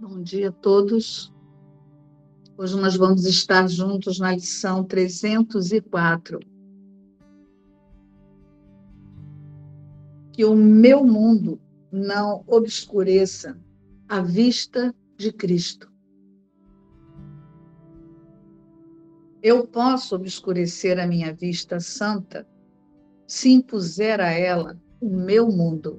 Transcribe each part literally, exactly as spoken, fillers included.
Bom dia a todos. Hoje nós vamos estar juntos na lição trezentos e quatro. Que o meu mundo não obscureça a vista de Cristo. Eu posso obscurecer a minha vista santa se impuser a ela o meu mundo.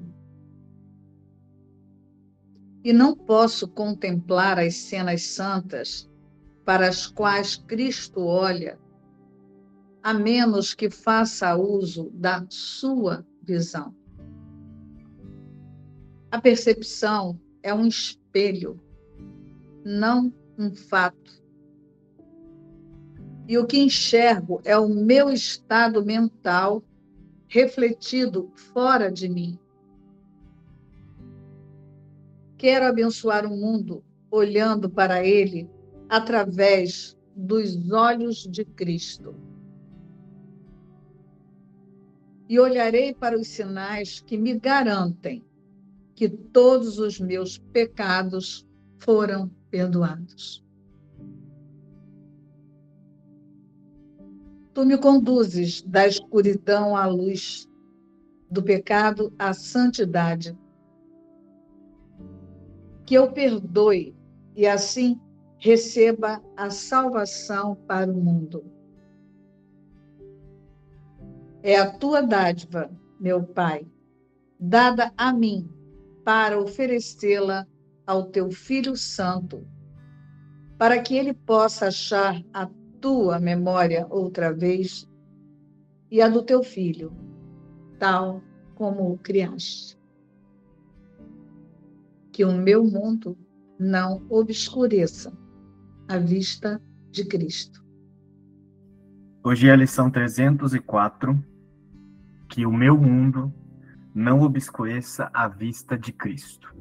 E não posso contemplar as cenas santas para as quais Cristo olha, a menos que faça uso da sua visão. A percepção é um espelho, não um fato. E o que enxergo é o meu estado mental refletido fora de mim. Quero abençoar o mundo olhando para ele através dos olhos de Cristo. E olharei para os sinais que me garantem que todos os meus pecados foram perdoados. Tu me conduzes da escuridão à luz, do pecado à santidade. Que eu perdoe e assim receba a salvação para o mundo. É a tua dádiva, meu Pai, dada a mim para oferecê-la ao teu Filho Santo, para que ele possa achar a tua memória outra vez e a do teu Filho, tal como o criaste. Que o meu mundo não obscureça a vista de Cristo. Hoje é a lição trezentos e quatro, que o meu mundo não obscureça a vista de Cristo.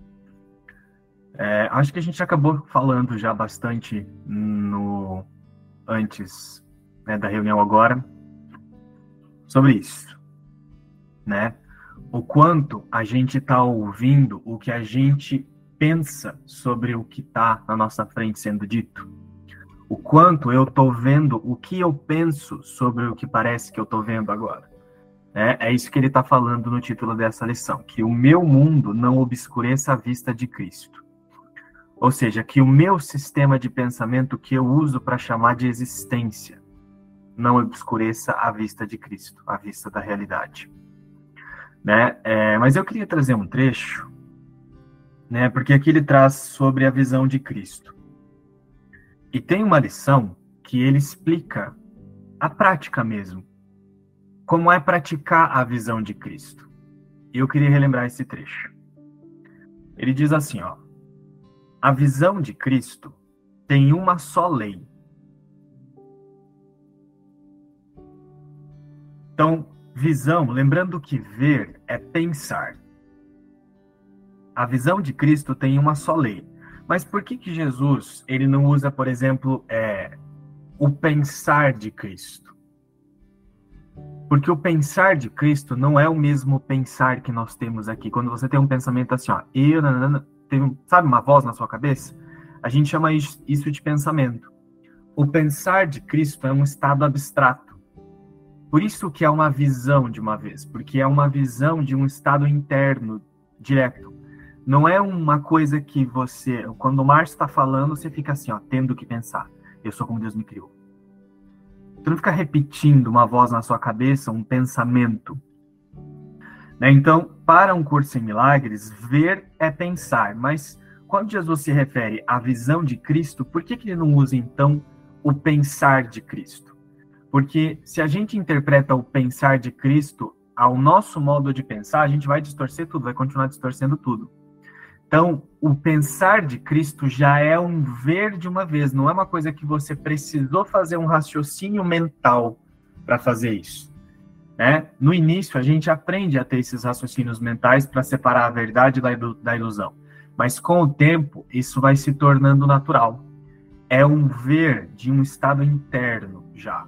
É, acho que a gente acabou falando já bastante no antes, né, da reunião agora sobre isso, né? O quanto a gente está ouvindo o que a gente pensa sobre o que está na nossa frente sendo dito. O quanto eu estou vendo o que eu penso sobre o que parece que eu estou vendo agora. É, é isso que ele está falando no título dessa lição, que o meu mundo não obscureça a vista de Cristo. Ou seja, que o meu sistema de pensamento que eu uso para chamar de existência não obscureça a vista de Cristo, a vista da realidade. Né? É, mas eu queria trazer um trecho, né, porque aqui ele traz sobre a visão de Cristo. E tem uma lição que ele explica a prática mesmo, como é praticar a visão de Cristo. E eu queria relembrar esse trecho. Ele diz assim, ó: a visão de Cristo tem uma só lei. Então, visão, lembrando que ver é pensar. A visão de Cristo tem uma só lei. Mas por que que Jesus ele não usa, por exemplo, é, o pensar de Cristo? Porque o pensar de Cristo não é o mesmo pensar que nós temos aqui. Quando você tem um pensamento assim, ó, eu, nanana, tem, sabe, uma voz na sua cabeça? A gente chama isso de pensamento. O pensar de Cristo é um estado abstrato. Por isso que é uma visão de uma vez, porque é uma visão de um estado interno, direto. Não é uma coisa que você, quando o Márcio está falando, você fica assim, ó, tendo que pensar. Eu sou como Deus me criou. Você não fica repetindo uma voz na sua cabeça, um pensamento. Né? Então, para um curso em milagres, ver é pensar. Mas quando Jesus se refere à visão de Cristo, por que que ele não usa, então, o pensar de Cristo? Porque se a gente interpreta o pensar de Cristo ao nosso modo de pensar, a gente vai distorcer tudo, vai continuar distorcendo tudo. Então, o pensar de Cristo já é um ver de uma vez, não é uma coisa que você precisou fazer um raciocínio mental para fazer isso. Né? No início, a gente aprende a ter esses raciocínios mentais para separar a verdade da ilusão. Mas com o tempo, isso vai se tornando natural. É um ver de um estado interno já.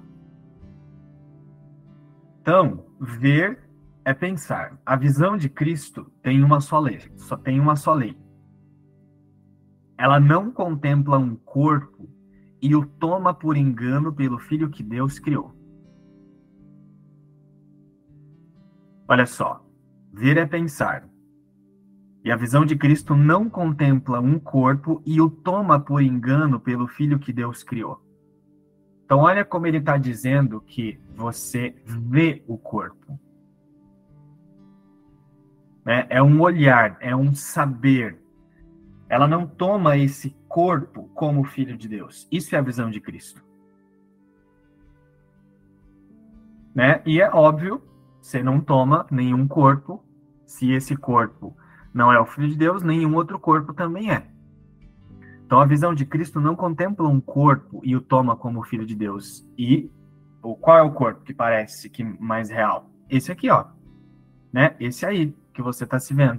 Então, ver é pensar. A visão de Cristo tem uma só lei, só tem uma só lei. ela não contempla um corpo e o toma por engano pelo Filho que Deus criou. Olha só, ver é pensar. E a visão de Cristo não contempla um corpo e o toma por engano pelo Filho que Deus criou. Então, olha como ele está dizendo que você vê o corpo. É, é um olhar, é um saber. Ela não toma esse corpo como Filho de Deus. Isso é a visão de Cristo. Né? E é óbvio, você não toma nenhum corpo, se esse corpo não é o Filho de Deus, nenhum outro corpo também é. Então a visão de Cristo não contempla um corpo e o toma como Filho de Deus. E o, qual é o corpo que parece que mais real? Esse aqui, ó. Né? Esse aí que você está se vendo.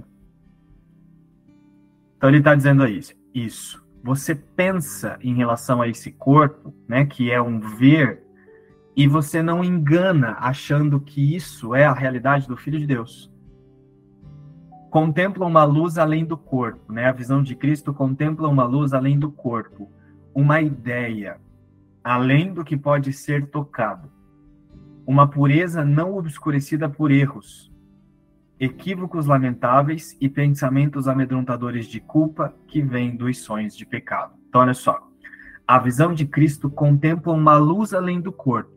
Então ele está dizendo isso. Isso. Você pensa em relação a esse corpo, né, que é um ver, e você não engana achando que isso é a realidade do Filho de Deus. Contempla uma luz além do corpo, né? A visão de Cristo contempla uma luz além do corpo, uma ideia além do que pode ser tocado, uma pureza não obscurecida por erros, equívocos lamentáveis e pensamentos amedrontadores de culpa que vêm dos sonhos de pecado. Então, olha só, a visão de Cristo contempla uma luz além do corpo,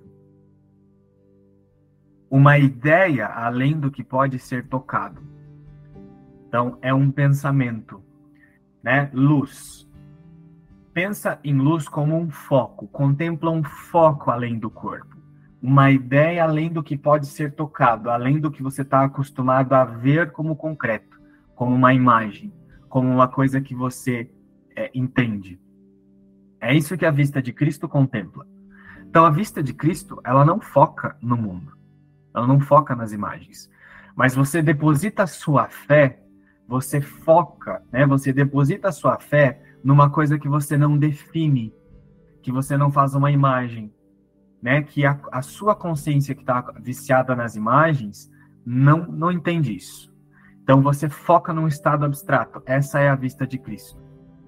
uma ideia além do que pode ser tocado. Então, é um pensamento, né? Luz. Pensa em luz como um foco, contempla um foco além do corpo. Uma ideia além do que pode ser tocado, além do que você está acostumado a ver como concreto, como uma imagem, como uma coisa que você é, entende. É isso que a vista de Cristo contempla. Então, a vista de Cristo, ela não foca no mundo, ela não foca nas imagens, mas você deposita a sua fé. Você foca, né? Você deposita a sua fé numa coisa que você não define, que você não faz uma imagem, né? Que a, a sua consciência que está viciada nas imagens não, não entende isso. Então você foca num estado abstrato. Essa é a vista de Cristo.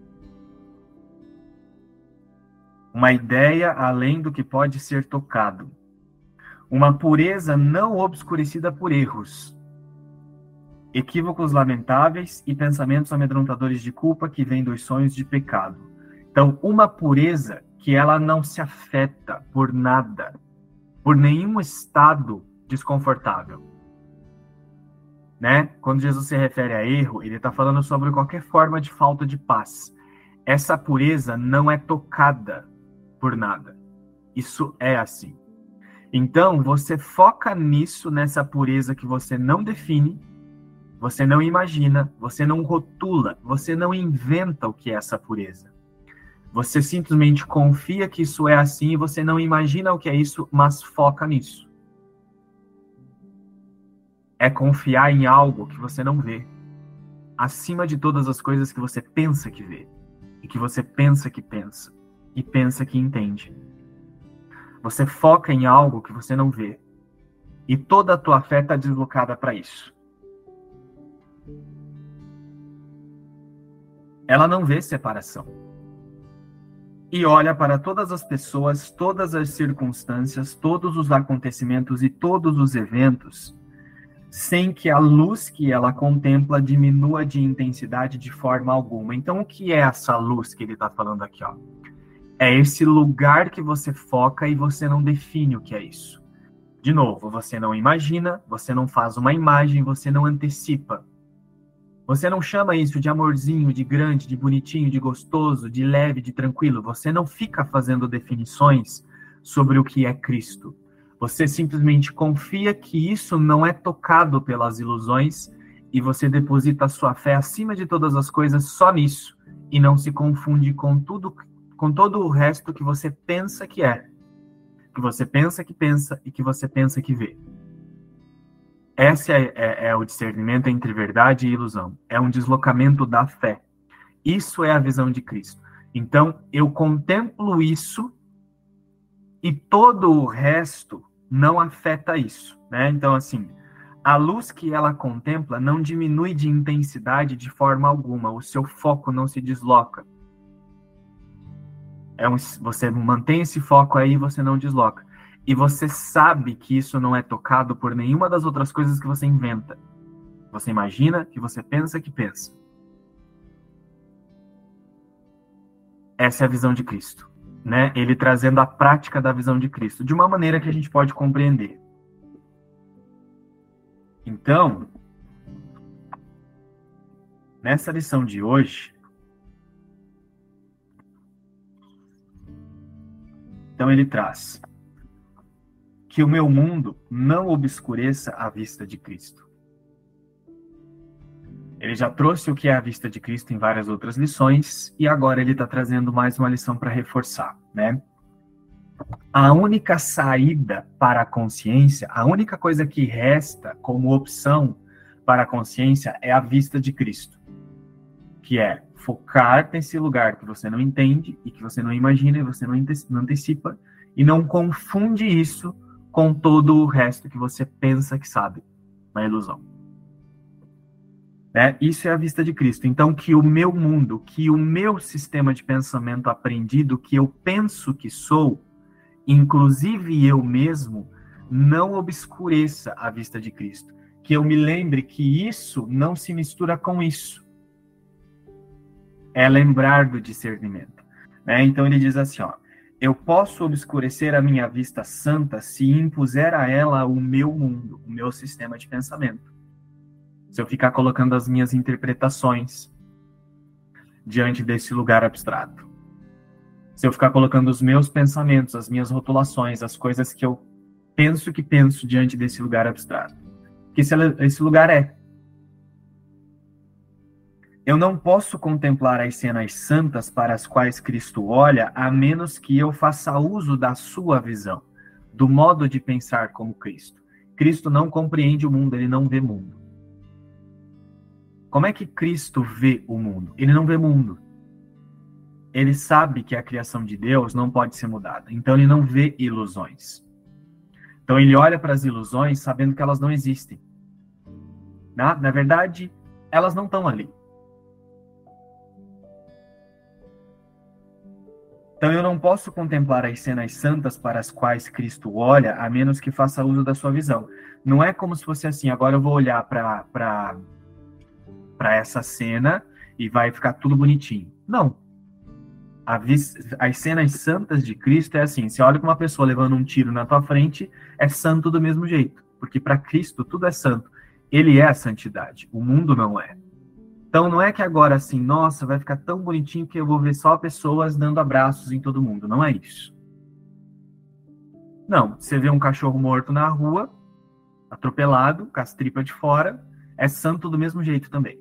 Uma ideia além do que pode ser tocado. Uma pureza não obscurecida por erros. Equívocos lamentáveis e pensamentos amedrontadores de culpa que vêm dos sonhos de pecado. Então, uma pureza que ela não se afeta por nada, por nenhum estado desconfortável. Né? Quando Jesus se refere a erro, ele está falando sobre qualquer forma de falta de paz. Essa pureza não é tocada por nada. Isso é assim. Então, você foca nisso, nessa pureza que você não define, você não imagina, você não rotula, você não inventa o que é essa pureza. Você simplesmente confia que isso é assim e você não imagina o que é isso, mas foca nisso. É confiar em algo que você não vê, acima de todas as coisas que você pensa que vê, e que você pensa que pensa, e pensa que entende. Você foca em algo que você não vê, e toda a tua fé está deslocada para isso. Ela não vê separação. E olha para todas as pessoas, todas as circunstâncias, todos os acontecimentos e todos os eventos, sem que a luz que ela contempla diminua de intensidade de forma alguma. Então, o que é essa luz que ele está falando aqui? Ó? É esse lugar que você foca e você não define o que é isso. De novo, você não imagina, você não faz uma imagem, você não antecipa. Você não chama isso de amorzinho, de grande, de bonitinho, de gostoso, de leve, de tranquilo. Você não fica fazendo definições sobre o que é Cristo. Você simplesmente confia que isso não é tocado pelas ilusões e você deposita a sua fé acima de todas as coisas só nisso e não se confunde com tudo, com todo o resto que você pensa que é, que você pensa que pensa e que você pensa que vê. Esse é, é, é o discernimento entre verdade e ilusão. É um deslocamento da fé. Isso é a visão de Cristo. Então, eu contemplo isso e todo o resto não afeta isso, né? Então, assim, a luz que ela contempla não diminui de intensidade de forma alguma. O seu foco não se desloca. É um, você mantém esse foco aí e você não desloca. E você sabe que isso não é tocado por nenhuma das outras coisas que você inventa. Você imagina, que você pensa, que pensa. Essa é a visão de Cristo, né? Ele trazendo a prática da visão de Cristo, de uma maneira que a gente pode compreender. Então, nessa lição de hoje, então ele traz que o meu mundo não obscureça a vista de Cristo. Ele já trouxe o que é a vista de Cristo em várias outras lições, e agora ele está trazendo mais uma lição para reforçar, né? A única saída para a consciência, a única coisa que resta como opção para a consciência é a vista de Cristo, que é focar nesse lugar que você não entende, e que você não imagina, e você não antecipa, e não confunde isso com todo o resto que você pensa que sabe, na ilusão. É, isso é a vista de Cristo. Então, que o meu mundo, que o meu sistema de pensamento aprendido, que eu penso que sou, inclusive eu mesmo, não obscureça a vista de Cristo. Que eu me lembre que isso não se mistura com isso. É lembrar do discernimento. Né? Então, ele diz assim, ó, eu posso obscurecer a minha vista santa se impuser a ela o meu mundo, o meu sistema de pensamento. Se eu ficar colocando as minhas interpretações diante desse lugar abstrato. Se eu ficar colocando os meus pensamentos, as minhas rotulações, as coisas que eu penso que penso diante desse lugar abstrato. Que esse, esse lugar é. Eu não posso contemplar as cenas santas para as quais Cristo olha, a menos que eu faça uso da sua visão, do modo de pensar como Cristo. Cristo não compreende o mundo, ele não vê mundo. Como é que Cristo vê o mundo? Ele não vê mundo. Ele sabe que a criação de Deus não pode ser mudada. Então, ele não vê ilusões. Então, ele olha para as ilusões sabendo que elas não existem. Na, na verdade, elas não estão ali. Então, eu não posso contemplar as cenas santas para as quais Cristo olha, a menos que faça uso da sua visão. Não é como se fosse assim, agora eu vou olhar para... para para essa cena e vai ficar tudo bonitinho. Não. A vis... As cenas santas de Cristo é assim, você olha para uma pessoa levando um tiro na tua frente, é santo do mesmo jeito, porque para Cristo tudo é santo. Ele é a santidade, o mundo não é. Então não é que agora assim, nossa, vai ficar tão bonitinho que eu vou ver só pessoas dando abraços em todo mundo, não é isso. Não, você vê um cachorro morto na rua, atropelado, com as tripas de fora, é santo do mesmo jeito também.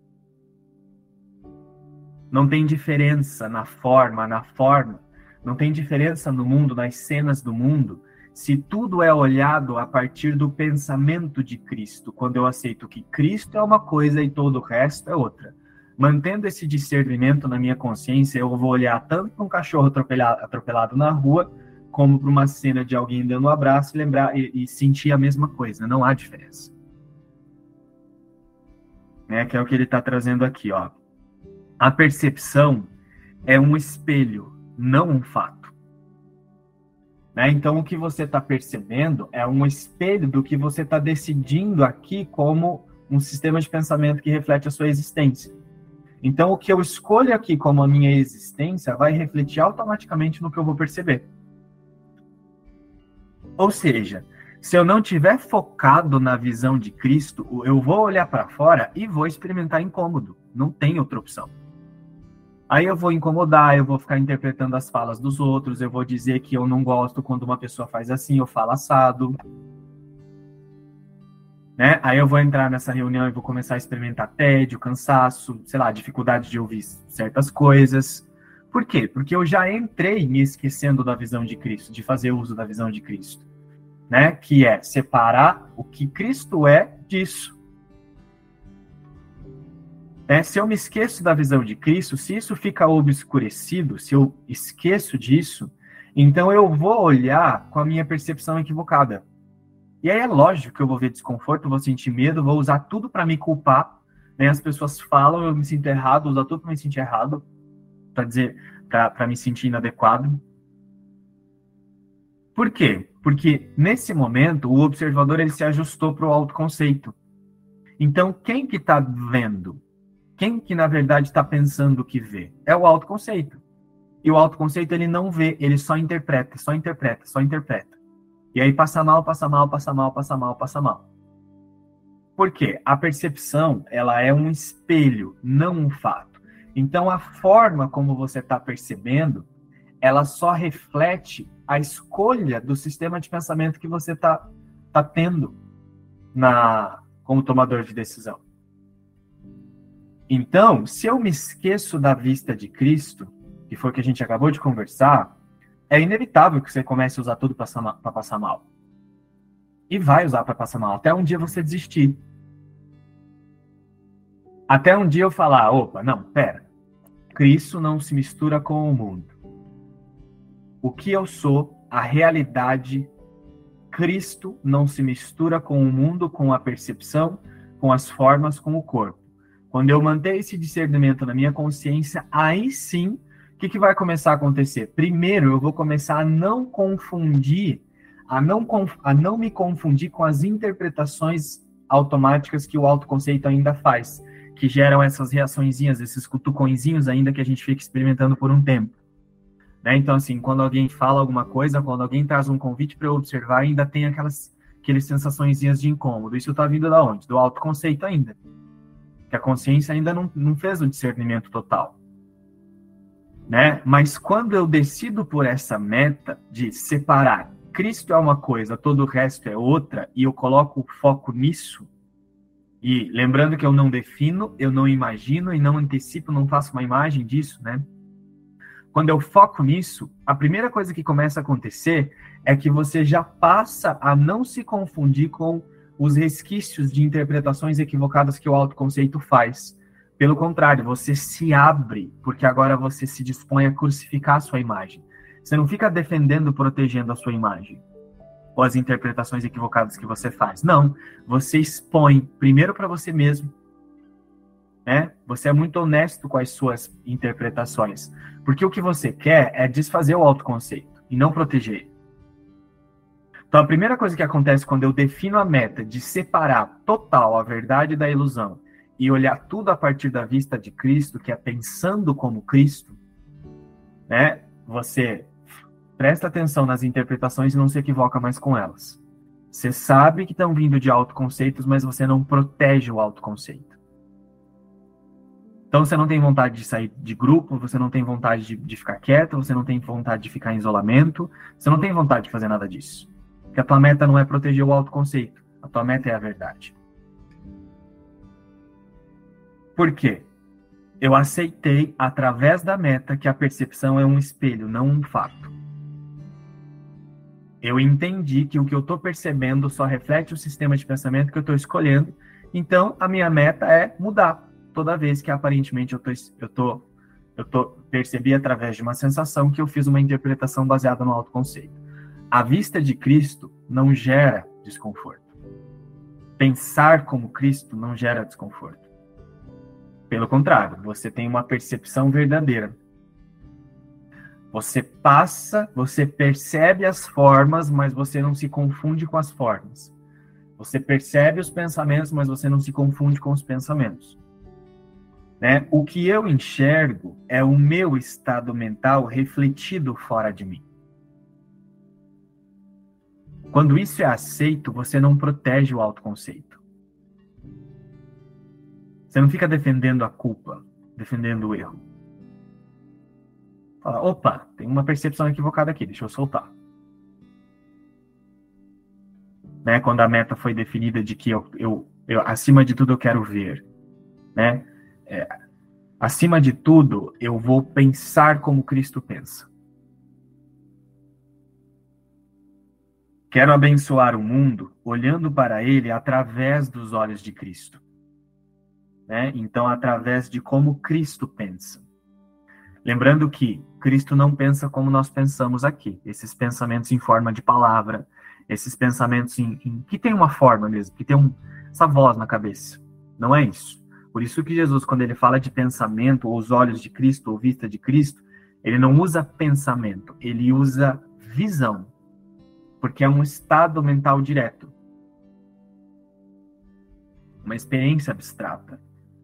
Não tem diferença na forma, na forma. Não tem diferença no mundo, nas cenas do mundo, se tudo é olhado a partir do pensamento de Cristo, quando eu aceito que Cristo é uma coisa e todo o resto é outra. Mantendo esse discernimento na minha consciência, eu vou olhar tanto para um cachorro atropelado, atropelado na rua, como para uma cena de alguém dando um abraço e, lembrar, e, e sentir a mesma coisa. Não há diferença. Né? Que é o que ele está trazendo aqui, ó. A percepção é um espelho, não um fato. Né? Então, o que você está percebendo é um espelho do que você está decidindo aqui como um sistema de pensamento que reflete a sua existência. Então, o que eu escolho aqui como a minha existência vai refletir automaticamente no que eu vou perceber. Ou seja, se eu não estiver focado na visão de Cristo, eu vou olhar para fora e vou experimentar incômodo. Não tem outra opção. Aí eu vou incomodar, eu vou ficar interpretando as falas dos outros, eu vou dizer que eu não gosto quando uma pessoa faz assim, eu falo assado. Né? Aí eu vou entrar nessa reunião e vou começar a experimentar tédio, cansaço, sei lá, dificuldade de ouvir certas coisas. Por quê? Porque eu já entrei me esquecendo da visão de Cristo, de fazer uso da visão de Cristo. Né? Que é separar o que Cristo é disso. É, se eu me esqueço da visão de Cristo, se isso fica obscurecido, se eu esqueço disso, então eu vou olhar com a minha percepção equivocada. E aí é lógico que eu vou ver desconforto, vou sentir medo, vou usar tudo para me culpar. Né? As pessoas falam, eu me sinto errado, vou usar tudo para me sentir errado, para dizer, para me sentir inadequado. Por quê? Porque nesse momento o observador ele se ajustou para o autoconceito. Então quem que está vendo? Quem que na verdade está pensando o que vê? É o autoconceito. E o autoconceito ele não vê, ele só interpreta, só interpreta, só interpreta. E aí passa mal, passa mal, passa mal, passa mal, passa mal. Por quê? A percepção ela é um espelho, não um fato. Então a forma como você está percebendo, ela só reflete a escolha do sistema de pensamento que você está tá tendo na, como tomador de decisão. Então, se eu me esqueço da vista de Cristo, que foi o que a gente acabou de conversar, é inevitável que você comece a usar tudo para passar mal. E vai usar para passar mal, até um dia você desistir. Até um dia eu falar, opa, não, pera, Cristo não se mistura com o mundo. O que eu sou, a realidade, Cristo não se mistura com o mundo, com a percepção, com as formas, com o corpo. Quando eu manter esse discernimento na minha consciência, aí sim, o que, que vai começar a acontecer? Primeiro, eu vou começar a não confundir, a não, a não me confundir com as interpretações automáticas que o autoconceito ainda faz, que geram essas reaçõezinhas, esses cutucõezinhos ainda que a gente fica experimentando por um tempo. Né? Então, assim, quando alguém fala alguma coisa, quando alguém traz um convite para eu observar, ainda tem aquelas, aquelas sensaçõezinhas de incômodo. Isso está vindo da onde? Do autoconceito ainda. Que a consciência ainda não, não fez o discernimento total. Né? Mas quando eu decido por essa meta de separar Cristo é uma coisa, todo o resto é outra, e eu coloco o foco nisso, e lembrando que eu não defino, eu não imagino e não antecipo, não faço uma imagem disso, né? Quando eu foco nisso, a primeira coisa que começa a acontecer é que você já passa a não se confundir com os resquícios de interpretações equivocadas que o autoconceito faz. Pelo contrário, você se abre, porque agora você se dispõe a crucificar a sua imagem. Você não fica defendendo, protegendo a sua imagem, ou as interpretações equivocadas que você faz. Não, você expõe primeiro para você mesmo, né? Você é muito honesto com as suas interpretações, porque o que você quer é desfazer o autoconceito e não proteger ele. Então, a primeira coisa que acontece quando eu defino a meta de separar total a verdade da ilusão e olhar tudo a partir da vista de Cristo, que é pensando como Cristo, né? Você presta atenção nas interpretações e não se equivoca mais com elas. Você sabe que estão vindo de autoconceitos, mas você não protege o autoconceito. Então, você não tem vontade de sair de grupo, você não tem vontade de, de ficar quieto, você não tem vontade de ficar em isolamento, você não tem vontade de fazer nada disso. Porque a tua meta não é proteger o autoconceito, a tua meta é a verdade. Por quê? Eu aceitei, através da meta, que a percepção é um espelho, não um fato. Eu entendi que o que eu estou percebendo só reflete o sistema de pensamento que eu estou escolhendo, então a minha meta é mudar. Toda vez que aparentemente eu tô, eu tô, eu tô percebi através de uma sensação que eu fiz uma interpretação baseada no autoconceito. A vista de Cristo não gera desconforto. Pensar como Cristo não gera desconforto. Pelo contrário, você tem uma percepção verdadeira. Você passa, você percebe as formas, mas você não se confunde com as formas. Você percebe os pensamentos, mas você não se confunde com os pensamentos. Né? O que eu enxergo é o meu estado mental refletido fora de mim. Quando isso é aceito, você não protege o autoconceito. Você não fica defendendo a culpa, defendendo o erro. Fala, opa, tem uma percepção equivocada aqui, deixa eu soltar. Né? Quando a meta foi definida de que eu, eu, eu acima de tudo eu quero ver, né? É, acima de tudo, eu vou pensar como Cristo pensa. Quero abençoar o mundo olhando para ele através dos olhos de Cristo. Né? Então, através de como Cristo pensa. Lembrando que Cristo não pensa como nós pensamos aqui. Esses pensamentos em forma de palavra, esses pensamentos em, em, que tem uma forma mesmo, que tem um, essa voz na cabeça. Não é isso. Por isso que Jesus, quando ele fala de pensamento, ou os olhos de Cristo, ou vista de Cristo, Ele não usa pensamento, ele usa visão, porque é um estado mental direto, uma experiência abstrata.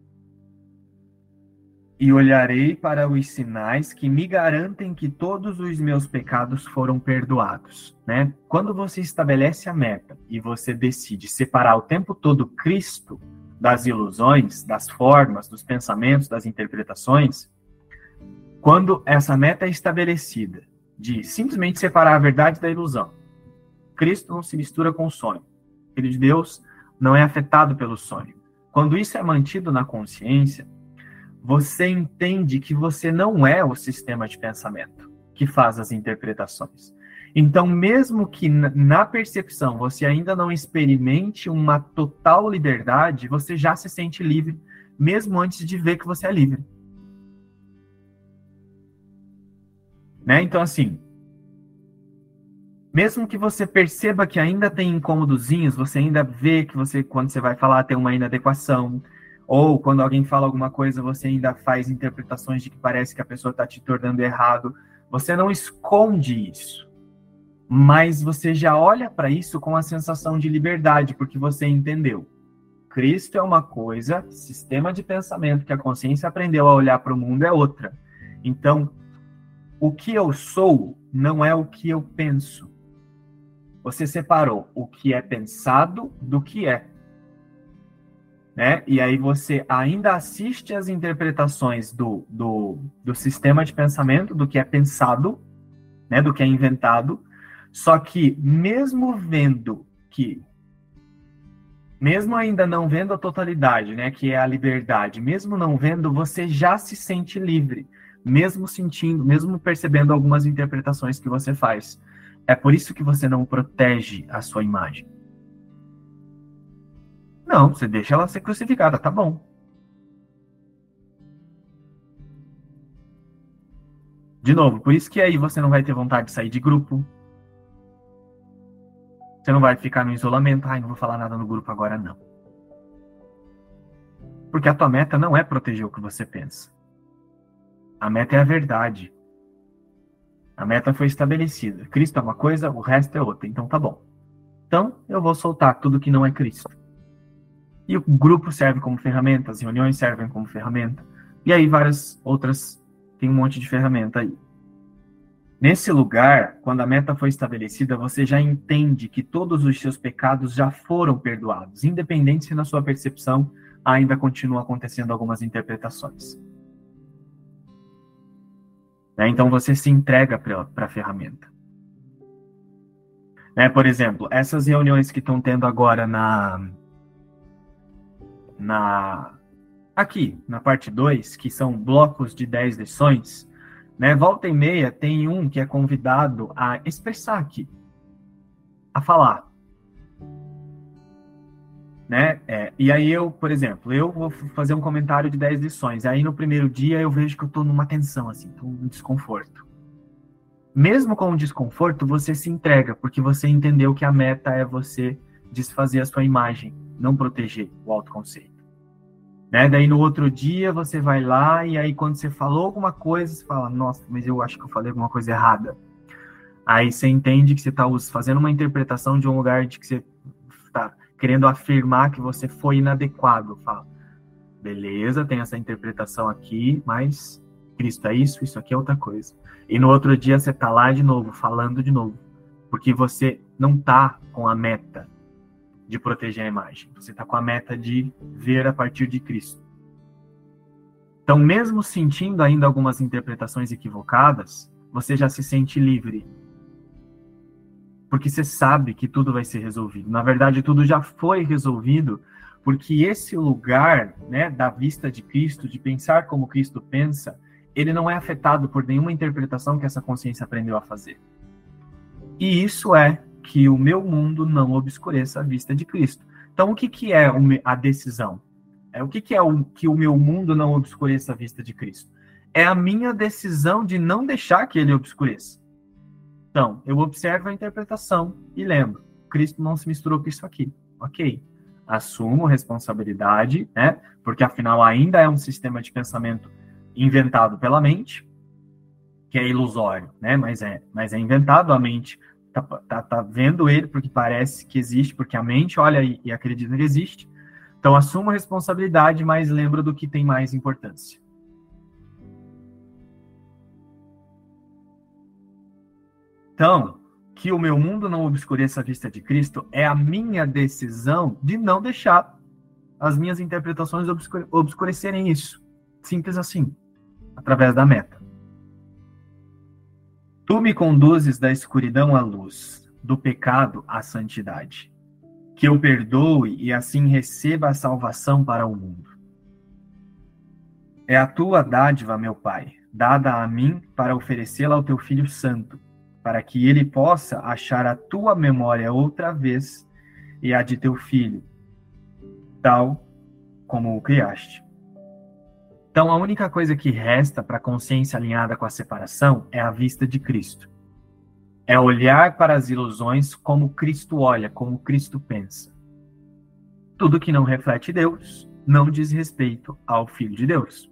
E olharei para os sinais que me garantem que todos os meus pecados foram perdoados, né? Quando você estabelece a meta e você decide separar o tempo todo Cristo das ilusões, das formas, dos pensamentos, das interpretações, quando essa meta é estabelecida de simplesmente separar a verdade da ilusão, Cristo não se mistura com o sonho. O Filho de Deus não é afetado pelo sonho. Quando isso é mantido na consciência, você entende que você não é o sistema de pensamento que faz as interpretações. Então, mesmo que na percepção você ainda não experimente uma total liberdade, você já se sente livre, mesmo antes de ver que você é livre. Né? Então, assim, mesmo que você perceba que ainda tem incômodozinhos, você ainda vê que você, quando você vai falar, tem uma inadequação, ou quando alguém fala alguma coisa, você ainda faz interpretações de que parece que a pessoa está te tornando errado. Você não esconde isso, mas você já olha para isso com a sensação de liberdade, porque você entendeu. Cristo é uma coisa, sistema de pensamento que a consciência aprendeu a olhar para o mundo é outra. Então, o que eu sou não é o que eu penso. Você separou o que é pensado do que é. Né? E aí você ainda assiste às interpretações do, do, do sistema de pensamento, do que é pensado, né? Do que é inventado, só que mesmo vendo que, mesmo ainda não vendo a totalidade, né? Que é a liberdade, mesmo não vendo, você já se sente livre, mesmo sentindo, mesmo percebendo algumas interpretações que você faz. É por isso que você não protege a sua imagem. Não, você deixa ela ser crucificada, tá bom. De novo, por isso que aí você não vai ter vontade de sair de grupo. Você não vai ficar no isolamento. Ai, não vou falar nada no grupo agora, não. Porque a tua meta não é proteger o que você pensa. A meta é a verdade. A meta foi estabelecida. Cristo é uma coisa, o resto é outra. Então tá bom. Então eu vou soltar tudo que não é Cristo. E o grupo serve como ferramenta, as reuniões servem como ferramenta. E aí várias outras, tem um monte de ferramenta aí. Nesse lugar, quando a meta foi estabelecida, você já entende que todos os seus pecados já foram perdoados, independente se na sua percepção ainda continuam acontecendo algumas interpretações. Né? Então você se entrega para a ferramenta. Né? Por exemplo, essas reuniões que estão tendo agora na... Na, aqui, na parte dois, que são blocos de dez lições, né, volta e meia tem um que é convidado a expressar aqui, a falar. Né? É, e aí eu, por exemplo, eu vou fazer um comentário de dez lições, aí no primeiro dia eu vejo que eu estou numa tensão, assim, estou num desconforto. Mesmo com o desconforto, você se entrega, porque você entendeu que a meta é você desfazer a sua imagem, não proteger o autoconceito. Né? Daí no outro dia você vai lá e aí quando você falou alguma coisa, você fala, nossa, mas eu acho que eu falei alguma coisa errada. Aí você entende que você está fazendo uma interpretação de um lugar de que você está querendo afirmar que você foi inadequado. Fala, beleza, tem essa interpretação aqui, mas Cristo é isso, isso aqui é outra coisa. E no outro dia você está lá de novo, falando de novo, porque você não está com a meta de proteger a imagem. Você está com a meta de ver a partir de Cristo. Então, mesmo sentindo ainda algumas interpretações equivocadas, você já se sente livre. Porque você sabe que tudo vai ser resolvido. Na verdade, tudo já foi resolvido, porque esse lugar, né, da vista de Cristo, de pensar como Cristo pensa, ele não é afetado por nenhuma interpretação que essa consciência aprendeu a fazer. E isso é que o meu mundo não obscureça a vista de Cristo. Então, o que, que é a decisão? É, o que, que é o, que o meu mundo não obscureça a vista de Cristo? É a minha decisão de não deixar que ele obscureça. Então, eu observo a interpretação e lembro, Cristo não se misturou com isso aqui. Ok, assumo responsabilidade, né? Porque afinal ainda é um sistema de pensamento inventado pela mente, que é ilusório, né? Mas é, mas é inventado, a mente tá, tá, tá vendo ele porque parece que existe, porque a mente olha e, e acredita que existe. Então, assuma a responsabilidade, mas lembra do que tem mais importância. Então, que o meu mundo não obscureça a vista de Cristo é a minha decisão de não deixar as minhas interpretações obscure- obscurecerem isso. Simples assim, através da meta. Tu me conduzes da escuridão à luz, do pecado à santidade. Que eu perdoe e assim receba a salvação para o mundo. É a tua dádiva, meu Pai, dada a mim para oferecê-la ao teu Filho Santo, para que ele possa achar a tua memória outra vez e a de teu Filho, tal como o criaste. Então, a única coisa que resta para a consciência alinhada com a separação é a vista de Cristo. É olhar para as ilusões como Cristo olha, como Cristo pensa. Tudo que não reflete Deus não diz respeito ao Filho de Deus.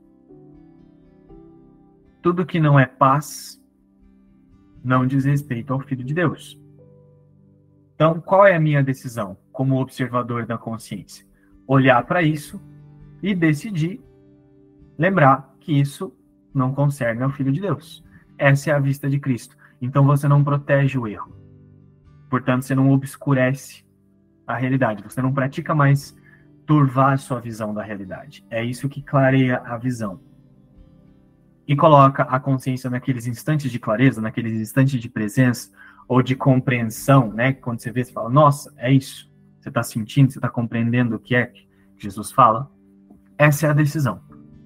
Tudo que não é paz não diz respeito ao Filho de Deus. Então, qual é a minha decisão como observador da consciência? Olhar para isso e decidir, lembrar que isso não concerne ao Filho de Deus. Essa é a vista de Cristo. Então, você não protege o erro. Portanto, você não obscurece a realidade. Você não pratica mais turvar a sua visão da realidade. É isso que clareia a visão. E coloca a consciência naqueles instantes de clareza, naqueles instantes de presença ou de compreensão, né? Quando você vê, você fala, nossa, é isso. Você está sentindo, você está compreendendo o que é que Jesus fala. Essa é a decisão.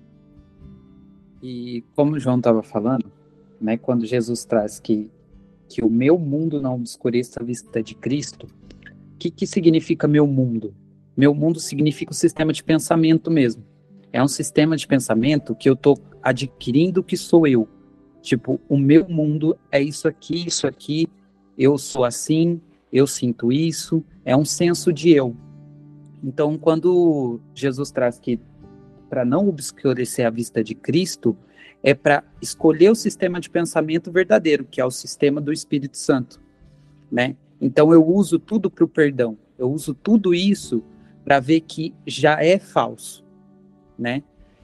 E como o João estava falando, né? Quando Jesus traz que, que o meu mundo não obscureça a vista de Cristo, o que, que significa meu mundo? Meu mundo significa o sistema de pensamento mesmo. É um sistema de pensamento que eu estou adquirindo que sou eu. Tipo, o meu mundo é isso aqui, isso aqui, eu sou assim, eu sinto isso, é um senso de eu. Então, quando Jesus traz que para não obscurecer a vista de Cristo, é para escolher o sistema de pensamento verdadeiro, que é o sistema do Espírito Santo, né? Então, eu uso tudo para o perdão, eu uso tudo isso para ver que já é falso, né?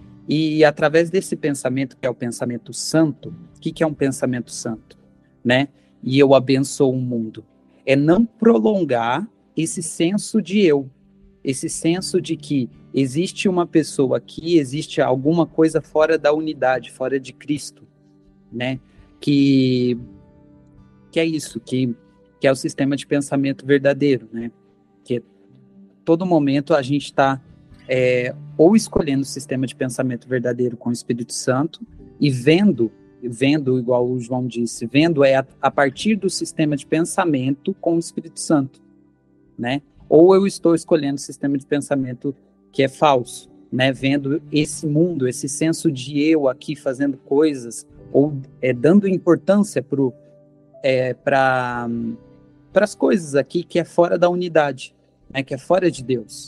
E através desse pensamento, que é o pensamento santo, o que, que é um pensamento santo, né? E eu abençoo o mundo. É não prolongar esse senso de eu, esse senso de que existe uma pessoa aqui, existe alguma coisa fora da unidade, fora de Cristo, né? Que, que é isso, que, que é o sistema de pensamento verdadeiro, né? Que todo momento a gente está É, ou escolhendo o sistema de pensamento verdadeiro com o Espírito Santo e vendo, vendo igual o João disse, vendo é a, a partir do sistema de pensamento com o Espírito Santo, né? Ou eu estou escolhendo o sistema de pensamento que é falso, né? Vendo esse mundo, esse senso de eu aqui fazendo coisas, ou é, dando importância para é, para as coisas aqui que é fora da unidade, né? Que é fora de Deus.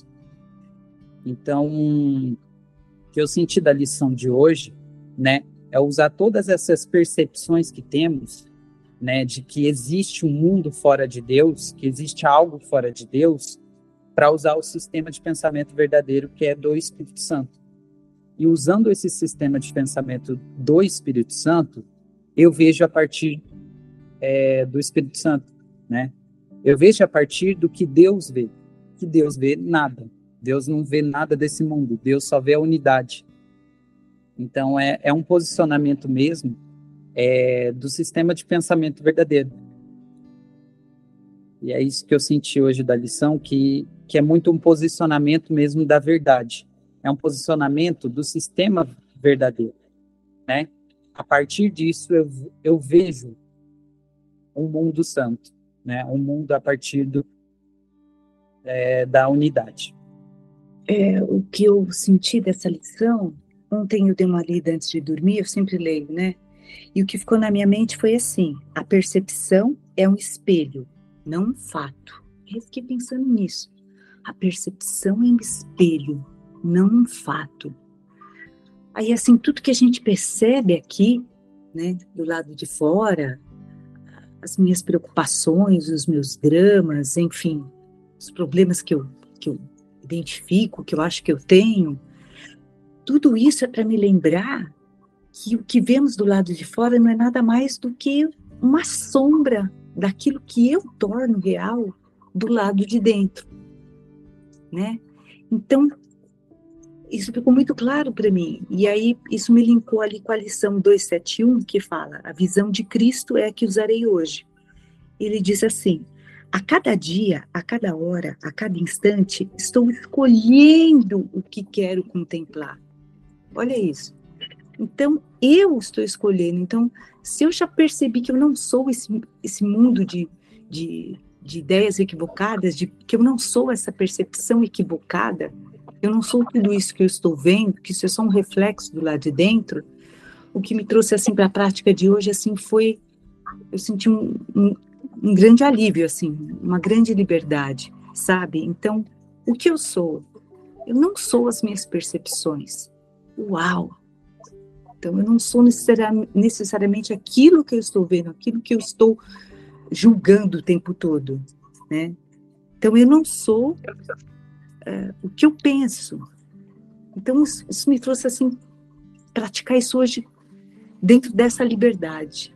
Então, o que eu senti da lição de hoje, né, é usar todas essas percepções que temos, né, de que existe um mundo fora de Deus, que existe algo fora de Deus, para usar o sistema de pensamento verdadeiro que é do Espírito Santo. E usando esse sistema de pensamento do Espírito Santo, eu vejo a partir é, do Espírito Santo, né? Eu vejo a partir do que Deus vê, que Deus vê nada. Deus não vê nada desse mundo, Deus só vê a unidade. Então, é, é um posicionamento mesmo é, do sistema de pensamento verdadeiro. E é isso que eu senti hoje da lição, que, que é muito um posicionamento mesmo da verdade. É um posicionamento do sistema verdadeiro, né? A partir disso, eu, eu vejo um mundo santo, né? Um mundo a partir do, é, da unidade. É, o que eu senti dessa lição, ontem eu dei uma lida antes de dormir, eu sempre leio, né? E o que ficou na minha mente foi assim, a percepção é um espelho, não um fato. Eu fiquei pensando nisso. A percepção é um espelho, não um fato. Aí, assim, tudo que a gente percebe aqui, né, do lado de fora, as minhas preocupações, os meus dramas, enfim, os problemas que eu, que eu identifico, que eu acho que eu tenho, tudo isso é para me lembrar que o que vemos do lado de fora não é nada mais do que uma sombra daquilo que eu torno real do lado de dentro, né? Então, isso ficou muito claro para mim. E aí, isso me linkou ali com a lição duzentos e setenta e um, que fala: a visão de Cristo é a que usarei hoje. Ele diz assim: a cada dia, a cada hora, a cada instante, estou escolhendo o que quero contemplar. Olha isso. Então, eu estou escolhendo. Então, se eu já percebi que eu não sou esse, esse mundo de, de, de ideias equivocadas, de, que eu não sou essa percepção equivocada, eu não sou tudo isso que eu estou vendo, que isso é só um reflexo do lado de dentro, o que me trouxe assim para a prática de hoje assim foi, eu senti um, um, um grande alívio, assim, uma grande liberdade, sabe? Então, o que eu sou? Eu não sou as minhas percepções. Uau! Então, eu não sou necessariamente aquilo que eu estou vendo, aquilo que eu estou julgando o tempo todo, né? Então, eu não sou uh, o que eu penso. Então, isso, isso me trouxe, assim, praticar isso hoje dentro dessa liberdade,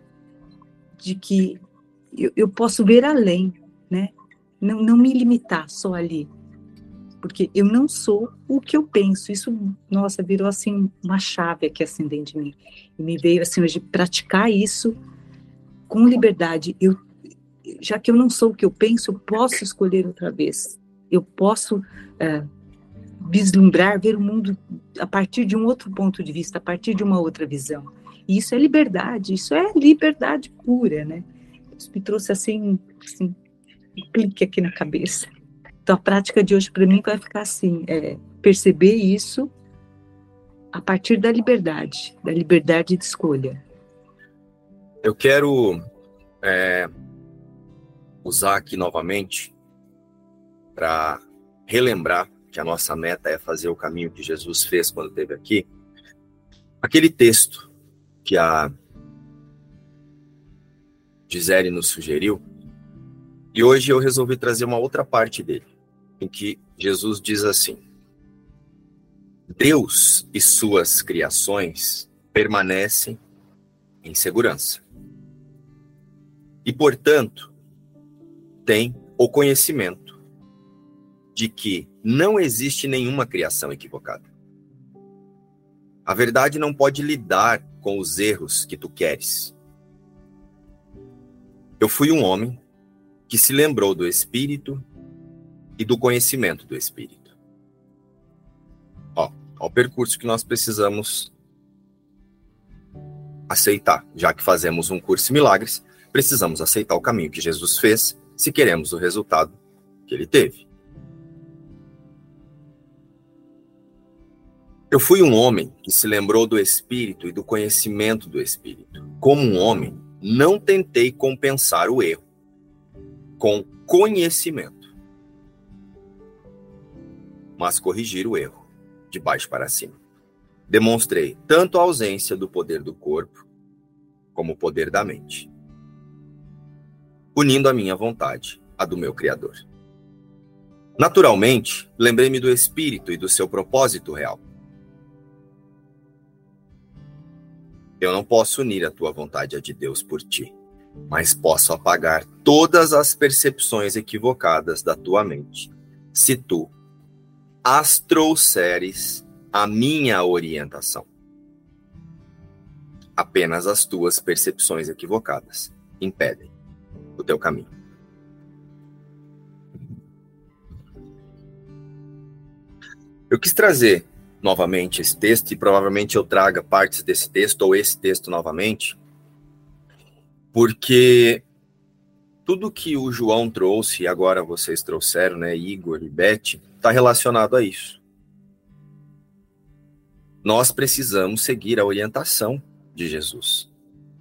de que eu, eu posso ver além, né? Não, não me limitar só ali. Porque eu não sou o que eu penso. Isso, nossa, virou assim uma chave aqui assim dentro de mim. E me veio assim hoje praticar isso com liberdade. Eu, já que eu não sou o que eu penso, eu posso escolher outra vez. Eu posso é, vislumbrar, ver o mundo a partir de um outro ponto de vista, a partir de uma outra visão. E isso é liberdade, isso é liberdade pura, né? Isso me trouxe assim, assim um clique aqui na cabeça. Então, a prática de hoje, para mim, vai ficar assim, é, perceber isso a partir da liberdade, da liberdade de escolha. Eu quero é, usar aqui novamente para relembrar que a nossa meta é fazer o caminho que Jesus fez quando esteve aqui. Aquele texto que a Gisele nos sugeriu, e hoje eu resolvi trazer uma outra parte dele, em que Jesus diz assim: Deus e suas criações permanecem em segurança. E, portanto, tem o conhecimento de que não existe nenhuma criação equivocada. A verdade não pode lidar com os erros que tu queres. Eu fui um homem que se lembrou do Espírito e do conhecimento do Espírito. Ó, ó o percurso que nós precisamos aceitar. Já que fazemos um curso em milagres, precisamos aceitar o caminho que Jesus fez, se queremos o resultado que ele teve. Eu fui um homem que se lembrou do Espírito e do conhecimento do Espírito. Como um homem, não tentei compensar o erro com conhecimento, mas corrigir o erro de baixo para cima. Demonstrei tanto a ausência do poder do corpo como o poder da mente, unindo a minha vontade à do meu Criador. Naturalmente, lembrei-me do Espírito e do seu propósito real. Eu não posso unir a tua vontade à de Deus por ti, mas posso apagar todas as percepções equivocadas da tua mente, se tu as trouxeres à minha orientação. Apenas as tuas percepções equivocadas impedem o teu caminho. Eu quis trazer novamente esse texto, e provavelmente eu traga partes desse texto, ou esse texto novamente, porque tudo que o João trouxe, e agora vocês trouxeram, né, Igor e Beth, está relacionado a isso. Nós precisamos seguir a orientação de Jesus.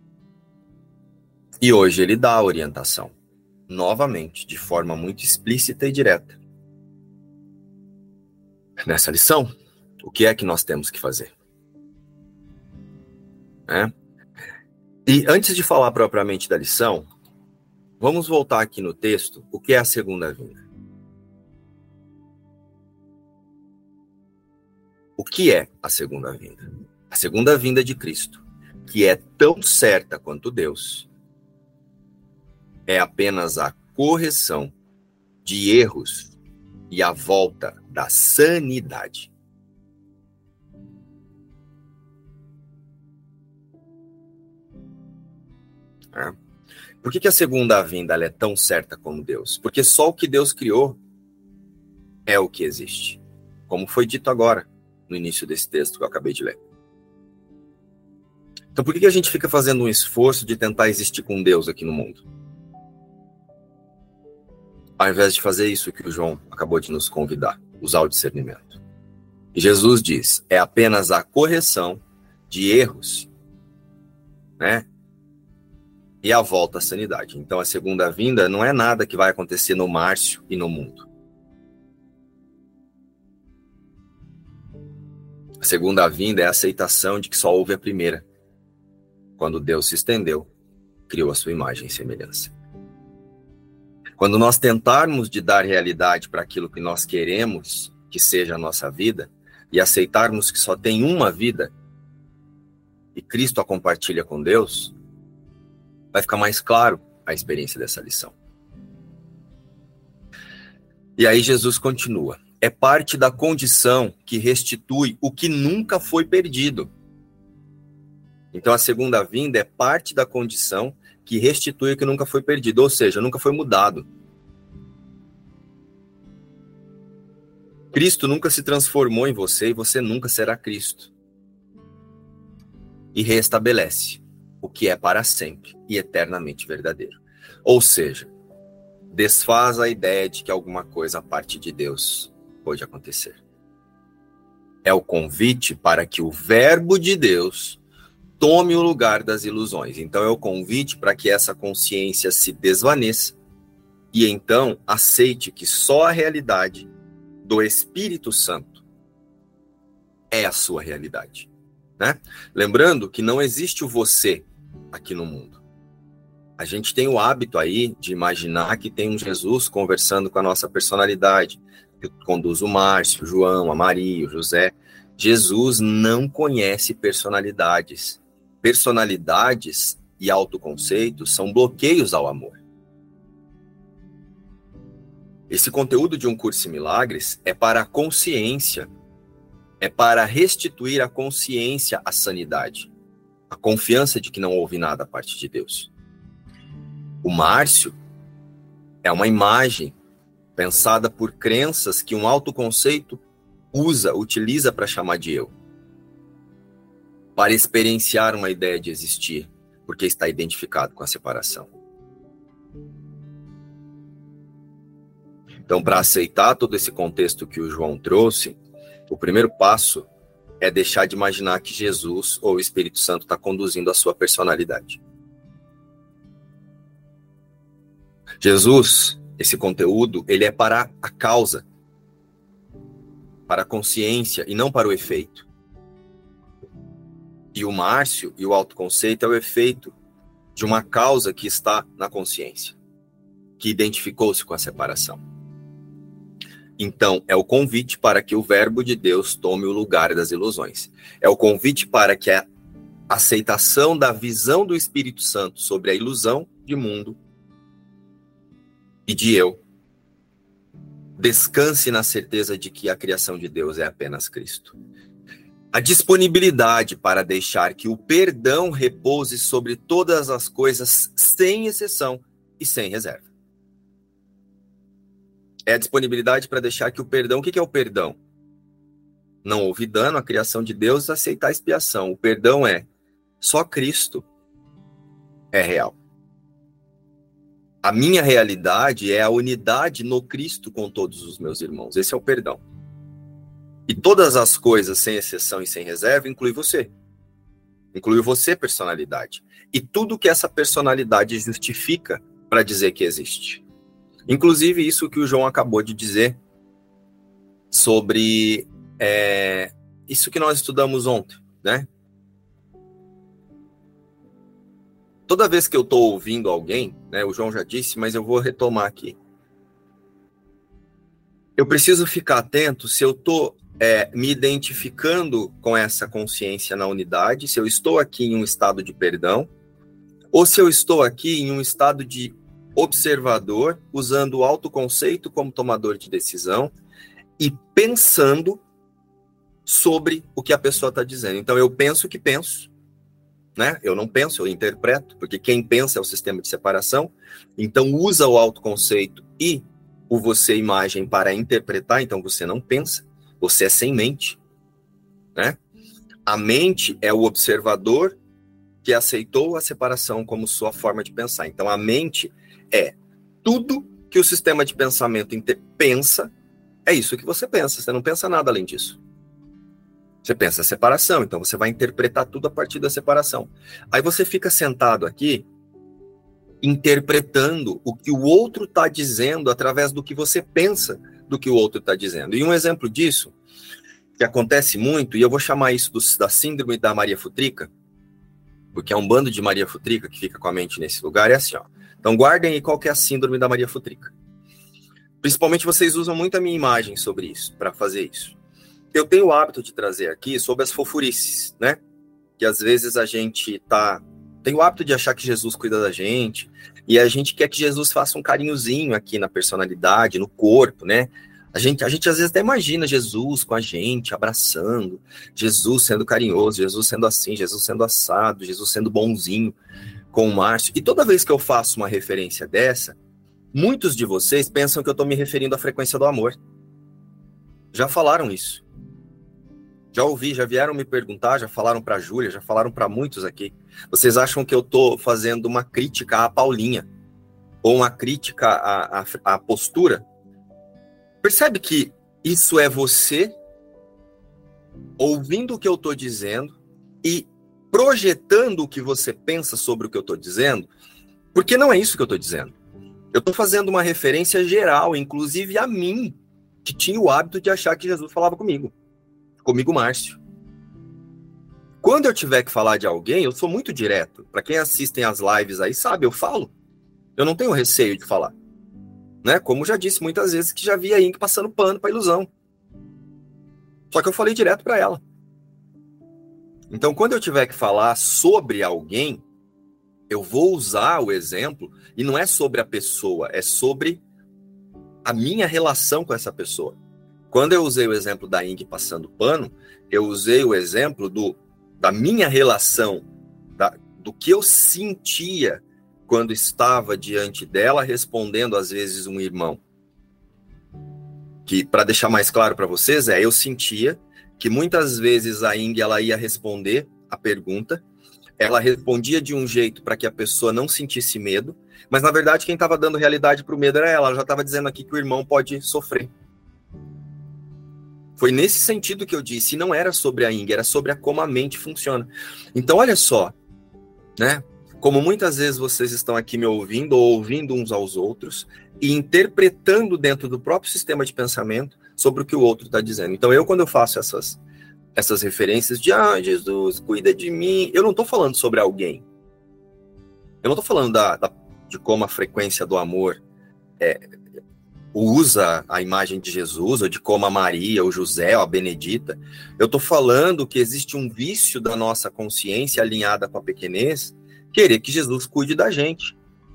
E hoje ele dá a orientação, novamente, de forma muito explícita e direta. Nessa lição, o que é que nós temos que fazer? É? E antes de falar propriamente da lição, vamos voltar aqui no texto, o que é a segunda vinda? O que é a segunda vinda? A segunda vinda de Cristo, que é tão certa quanto Deus, é apenas a correção de erros e a volta da sanidade. É. Por que que a segunda vinda ela é tão certa como Deus? Porque só o que Deus criou é o que existe. Como foi dito agora, no início desse texto que eu acabei de ler. Então por que que a gente fica fazendo um esforço de tentar existir com Deus aqui no mundo? Ao invés de fazer isso que o João acabou de nos convidar, usar o discernimento. E Jesus diz, é apenas a correção de erros, né? E a volta à sanidade. Então a segunda vinda não é nada que vai acontecer no Márcio e no mundo. A segunda vinda é a aceitação de que só houve a primeira. Quando Deus se estendeu, criou a sua imagem e semelhança. Quando nós tentarmos de dar realidade para aquilo que nós queremos que seja a nossa vida, e aceitarmos que só tem uma vida, e Cristo a compartilha com Deus, vai ficar mais claro a experiência dessa lição. E aí Jesus continua. É parte da condição que restitui o que nunca foi perdido. Então a segunda vinda é parte da condição que restitui o que nunca foi perdido, ou seja, nunca foi mudado. Cristo nunca se transformou em você e você nunca será Cristo. E restabelece o que é para sempre e eternamente verdadeiro. Ou seja, desfaz a ideia de que alguma coisa a parte de Deus pode acontecer. É o convite para que o verbo de Deus tome o lugar das ilusões. Então é o convite para que essa consciência se desvaneça e então aceite que só a realidade do Espírito Santo é a sua realidade. Né? Lembrando que não existe o você aqui no mundo. A gente tem o hábito aí de imaginar que tem um Jesus conversando com a nossa personalidade, que conduz o Márcio, o João, a Maria, o José. Jesus não conhece personalidades. Personalidades e autoconceitos são bloqueios ao amor. Esse conteúdo de Um Curso em Milagres é para a consciência, é para restituir a consciência à sanidade, a confiança de que não houve nada a parte de Deus. O Márcio é uma imagem pensada por crenças que um autoconceito usa, utiliza para chamar de eu, para experienciar uma ideia de existir, porque está identificado com a separação. Então, para aceitar todo esse contexto que o João trouxe, o primeiro passo é deixar de imaginar que Jesus ou o Espírito Santo está conduzindo a sua personalidade. Jesus, esse conteúdo, ele é para a causa, para a consciência e não para o efeito. E o Márcio e o autoconceito é o efeito de uma causa que está na consciência, que identificou-se com a separação. Então, é o convite para que o verbo de Deus tome o lugar das ilusões. É o convite para que a aceitação da visão do Espírito Santo sobre a ilusão de mundo e de eu descanse na certeza de que a criação de Deus é apenas Cristo. A disponibilidade para deixar que o perdão repouse sobre todas as coisas, sem exceção e sem reserva. É a disponibilidade para deixar que o perdão... O que é o perdão? Não houve dano à criação de Deus, aceitar a expiação. O perdão é só Cristo é real. A minha realidade é a unidade no Cristo com todos os meus irmãos. Esse é o perdão. E todas as coisas, sem exceção e sem reserva, inclui você. Inclui você, personalidade. E tudo que essa personalidade justifica para dizer que existe. Inclusive isso que o João acabou de dizer sobre é, isso que nós estudamos ontem, né? toda vez que eu estou ouvindo alguém, né, o João já disse, mas eu vou retomar aqui. Eu preciso ficar atento se eu estou é, me identificando com essa consciência na unidade, se eu estou aqui em um estado de perdão, ou se eu estou aqui em um estado de observador, usando o autoconceito como tomador de decisão e pensando sobre o que a pessoa está dizendo. Então, eu penso o que penso, né? Eu não penso, eu interpreto, porque quem pensa é o sistema de separação. Então, usa o autoconceito e o você-imagem para interpretar. Então, você não pensa, você é sem mente, né? A mente é o observador que aceitou a separação como sua forma de pensar. Então, a mente é tudo que o sistema de pensamento pensa, é isso que você pensa. Você não pensa nada além disso. Você pensa separação, então você vai interpretar tudo a partir da separação. Aí você fica sentado aqui, interpretando o que o outro está dizendo através do que você pensa do que o outro está dizendo. E um exemplo disso, que acontece muito, e eu vou chamar isso do, da síndrome da Maria Futrica, porque é um bando de Maria Futrica que fica com a mente nesse lugar, é assim, ó. Então guardem aí qual que é a síndrome da Maria Futrica. Principalmente vocês usam muito a minha imagem sobre isso, para fazer isso. Eu tenho o hábito de trazer aqui sobre as fofurices, né? Que às vezes a gente tá... tem o hábito de achar que Jesus cuida da gente, e a gente quer que Jesus faça um carinhozinho aqui na personalidade, no corpo, né? A gente, a gente às vezes até imagina Jesus com a gente, abraçando, Jesus sendo carinhoso, Jesus sendo assim, Jesus sendo assado, Jesus sendo bonzinho com o Márcio. E toda vez que eu faço uma referência dessa, muitos de vocês pensam que eu estou me referindo à frequência do amor. Já falaram isso. Já ouvi, já vieram me perguntar, já falaram para a Júlia, já falaram para muitos aqui. Vocês acham que eu estou fazendo uma crítica à Paulinha? Ou uma crítica à, à, à postura? Percebe que isso é você ouvindo o que eu estou dizendo e projetando o que você pensa sobre o que eu estou dizendo? Porque não é isso que eu estou dizendo. Eu estou fazendo uma referência geral, inclusive a mim, que tinha o hábito de achar que Jesus falava comigo. Comigo, Márcio. Quando eu tiver que falar de alguém, eu sou muito direto. Para quem assistem as lives aí, sabe, eu falo. Eu não tenho receio de falar. Né? Como já disse muitas vezes que já vi a Ink passando pano para ilusão. Só que eu falei direto para ela. Então, quando eu tiver que falar sobre alguém, eu vou usar o exemplo, e não é sobre a pessoa, é sobre a minha relação com essa pessoa. Quando eu usei o exemplo da Ing passando pano, eu usei o exemplo do, da minha relação, da, do que eu sentia quando estava diante dela, respondendo às vezes um irmão. Que, para deixar mais claro para vocês, é, eu sentia que muitas vezes a Ing ela ia responder a pergunta, ela respondia de um jeito para que a pessoa não sentisse medo, mas na verdade quem estava dando realidade para o medo era ela, ela já estava dizendo aqui que o irmão pode sofrer. Foi nesse sentido que eu disse, e não era sobre a Ing, era sobre a como a mente funciona. Então, olha só, né? Como muitas vezes vocês estão aqui me ouvindo, ou ouvindo uns aos outros, e interpretando dentro do próprio sistema de pensamento sobre o que o outro está dizendo. Então, eu, quando eu faço essas, essas referências de, ah, Jesus, cuida de mim, eu não estou falando sobre alguém. Eu não estou falando da, da, de como a frequência do amor é, usa a imagem de Jesus, ou de como a Maria, o José, ou a Benedita. Eu estou falando que existe um vício da nossa consciência alinhada com a pequenez, querer que Jesus cuide da gente.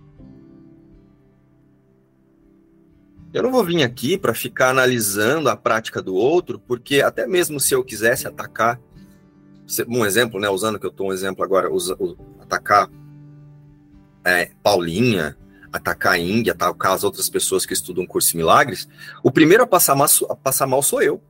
Eu não vou vir aqui para ficar analisando a prática do outro, porque até mesmo se eu quisesse atacar, um exemplo, né, usando que eu estou um exemplo agora, usa, atacar é, Paulinha, atacar a Ing, atacar as outras pessoas que estudam Curso de Milagres, o primeiro a passar mal, a passar mal sou eu.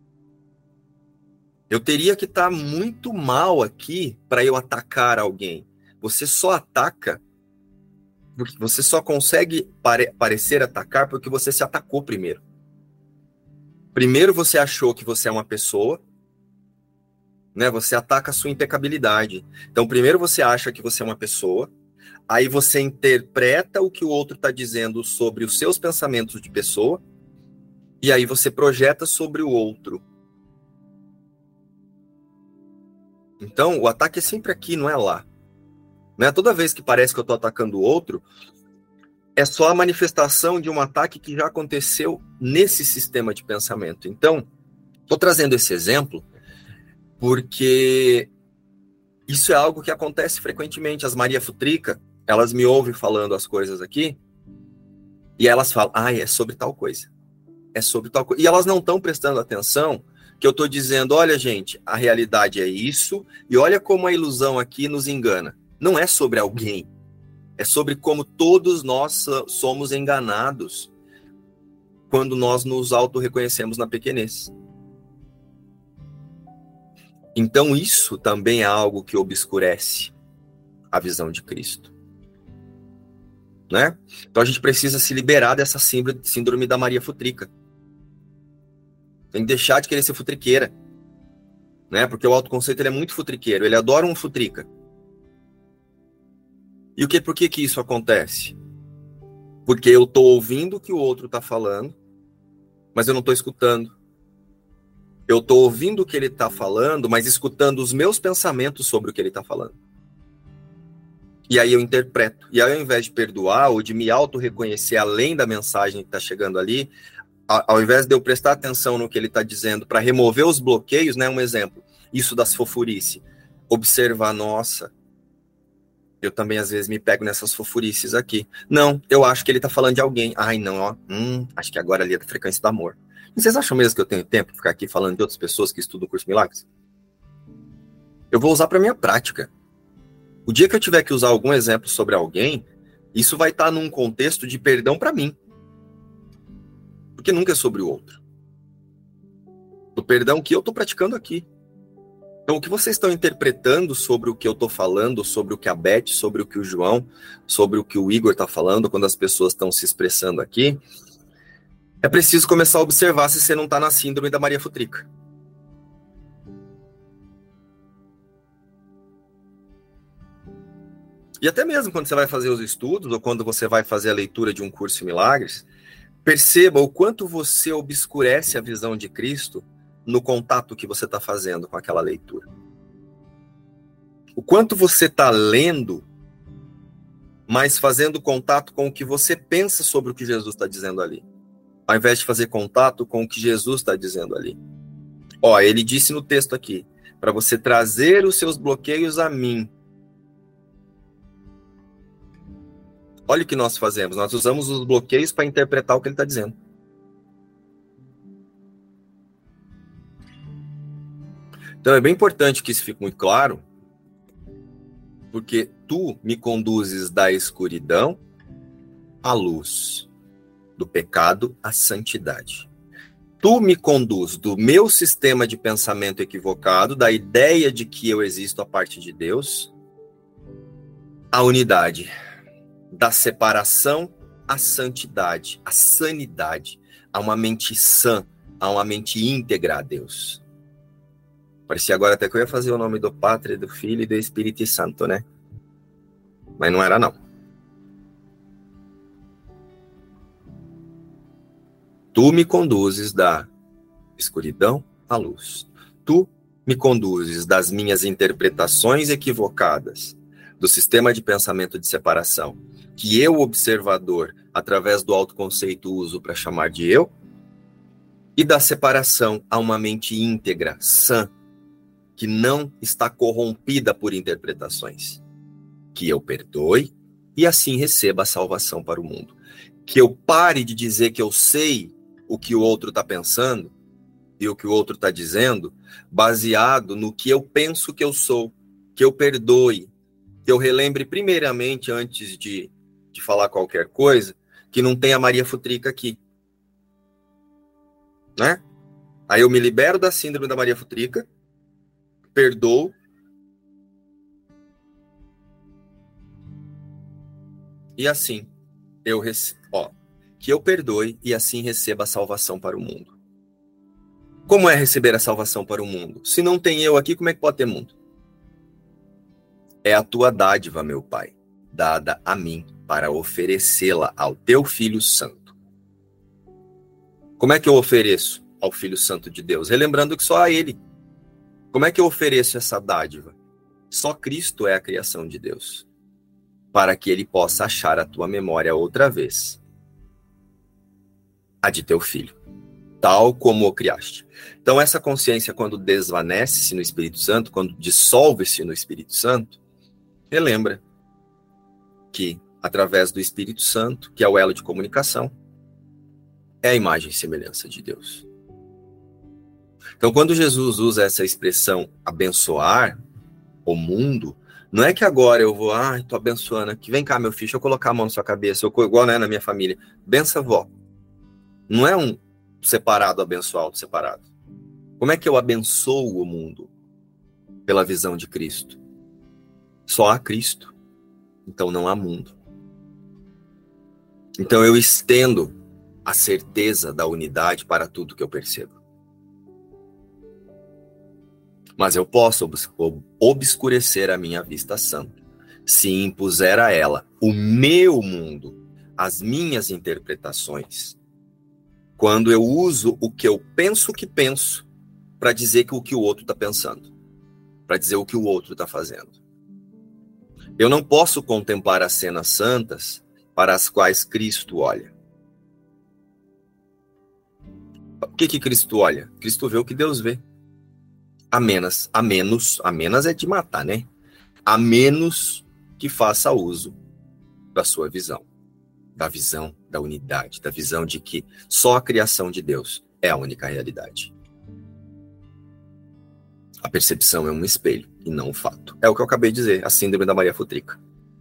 Eu teria que estar muito mal aqui para eu atacar alguém. Você só ataca, porque você só consegue pare, parecer atacar porque você se atacou primeiro. Primeiro você achou que você é uma pessoa, né? Você ataca a sua impecabilidade. Então primeiro você acha que você é uma pessoa, aí você interpreta o que o outro está dizendo sobre os seus pensamentos de pessoa, e aí você projeta sobre o outro. Então, o ataque é sempre aqui, não é lá. Né? Toda vez que parece que eu estou atacando o outro, é só a manifestação de um ataque que já aconteceu nesse sistema de pensamento. Então, estou trazendo esse exemplo porque isso é algo que acontece frequentemente. As Maria Futrica, elas me ouvem falando as coisas aqui e elas falam, ah, é sobre tal coisa. É sobre tal coisa. E elas não estão prestando atenção que eu estou dizendo, olha, gente, a realidade é isso e olha como a ilusão aqui nos engana. Não é sobre alguém. É sobre como todos nós somos enganados quando nós nos auto-reconhecemos na pequenez. Então isso também é algo que obscurece a visão de Cristo. Né? Então a gente precisa se liberar dessa síndrome da Maria Futrica. Tem que deixar de querer ser futriqueira. Né? Porque o autoconceito ele é muito futriqueiro, ele adora um futrica. E o que, por que que isso acontece? Porque eu estou ouvindo o que o outro está falando, mas eu não estou escutando. Eu estou ouvindo o que ele está falando, mas escutando os meus pensamentos sobre o que ele está falando. E aí eu interpreto. E aí, ao invés de perdoar ou de me auto-reconhecer além da mensagem que está chegando ali, ao invés de eu prestar atenção no que ele está dizendo para remover os bloqueios, né? Um exemplo, isso das fofurice. Observar, nossa... Eu também, às vezes, me pego nessas fofurices aqui. Não, eu acho que ele tá falando de alguém. Ai, não, ó. Hum, acho que agora ali é da frequência do amor. E vocês acham mesmo que eu tenho tempo de ficar aqui falando de outras pessoas que estudam o curso Milagres? Eu vou usar para minha prática. O dia que eu tiver que usar algum exemplo sobre alguém, isso vai estar num contexto de perdão para mim. Porque nunca é sobre o outro. O perdão que eu estou praticando aqui. Então, o que vocês estão interpretando sobre o que eu estou falando, sobre o que a Beth, sobre o que o João, sobre o que o Igor está falando, quando as pessoas estão se expressando aqui, é preciso começar a observar se você não está na síndrome da Maria Futrica. E até mesmo quando você vai fazer os estudos, ou quando você vai fazer a leitura de um curso de milagres, perceba o quanto você obscurece a visão de Cristo no contato que você está fazendo com aquela leitura. O quanto você está lendo, mas fazendo contato com o que você pensa sobre o que Jesus está dizendo ali, ao invés de fazer contato com o que Jesus está dizendo ali. Ó, ele disse no texto aqui, para você trazer os seus bloqueios a mim. Olha o que nós fazemos, nós usamos os bloqueios para interpretar o que ele está dizendo. Então é bem importante que isso fique muito claro, porque tu me conduzes da escuridão à luz, do pecado à santidade. Tu me conduz do meu sistema de pensamento equivocado, da ideia de que eu existo a parte de Deus, à unidade, da separação à santidade, à sanidade, a uma mente sã, a uma mente íntegra a Deus. Parecia agora até que eu ia fazer o nome do Pátria, do Filho e do Espírito Santo, né? Mas não era, não. Tu me conduzes da escuridão à luz. Tu me conduzes das minhas interpretações equivocadas, do sistema de pensamento de separação, que eu, observador, através do autoconceito, uso para chamar de eu, e da separação a uma mente íntegra, sã, que não está corrompida por interpretações. Que eu perdoe e assim receba a salvação para o mundo. Que eu pare de dizer que eu sei o que o outro está pensando e o que o outro está dizendo, baseado no que eu penso que eu sou. Que eu perdoe. Que eu relembre primeiramente, antes de, de falar qualquer coisa, que não tem a Maria Futrica aqui. Né? Aí eu me libero da síndrome da Maria Futrica, perdoo, e assim eu recebo, ó, que eu perdoe e assim receba a salvação para o mundo. Como é receber a salvação para o mundo? Se não tem eu aqui, como é que pode ter mundo? É a tua dádiva, meu Pai, dada a mim para oferecê-la ao teu Filho Santo. Como é que eu ofereço ao Filho Santo de Deus? Relembrando que só a Ele. Como é que eu ofereço essa dádiva? Só Cristo é a criação de Deus. para que ele possa achar a tua memória outra vez, a de teu filho, tal como o criaste. Então essa consciência, quando desvanece-se no Espírito Santo, quando dissolve-se no Espírito Santo, relembra que, através do Espírito Santo, que é o elo de comunicação, é a imagem e semelhança de Deus. Então, quando Jesus usa essa expressão abençoar o mundo, não é que agora eu vou, ah, estou abençoando aqui, vem cá, meu filho, deixa eu colocar a mão na sua cabeça, eu, igual, né, na minha família, bença vó. Não é um separado abençoar outro separado. Como é que eu abençoo o mundo? Pela visão de Cristo. Só há Cristo, então não há mundo. Então eu estendo a certeza da unidade para tudo que eu percebo. Mas eu posso obscurecer a minha vista santa, se impuser a ela o meu mundo, as minhas interpretações, quando eu uso o que eu penso que penso para dizer que o que o outro está pensando, para dizer o que o outro está fazendo. Eu não posso contemplar as cenas santas para as quais Cristo olha. O que que Cristo olha? Cristo vê o que Deus vê. A menos, a menos, a menos é de matar, né? A menos que faça uso da sua visão. Da visão da unidade, da visão de que só a criação de Deus é a única realidade. A percepção é um espelho e não um fato. É o que eu acabei de dizer, a síndrome da Maria Futrica.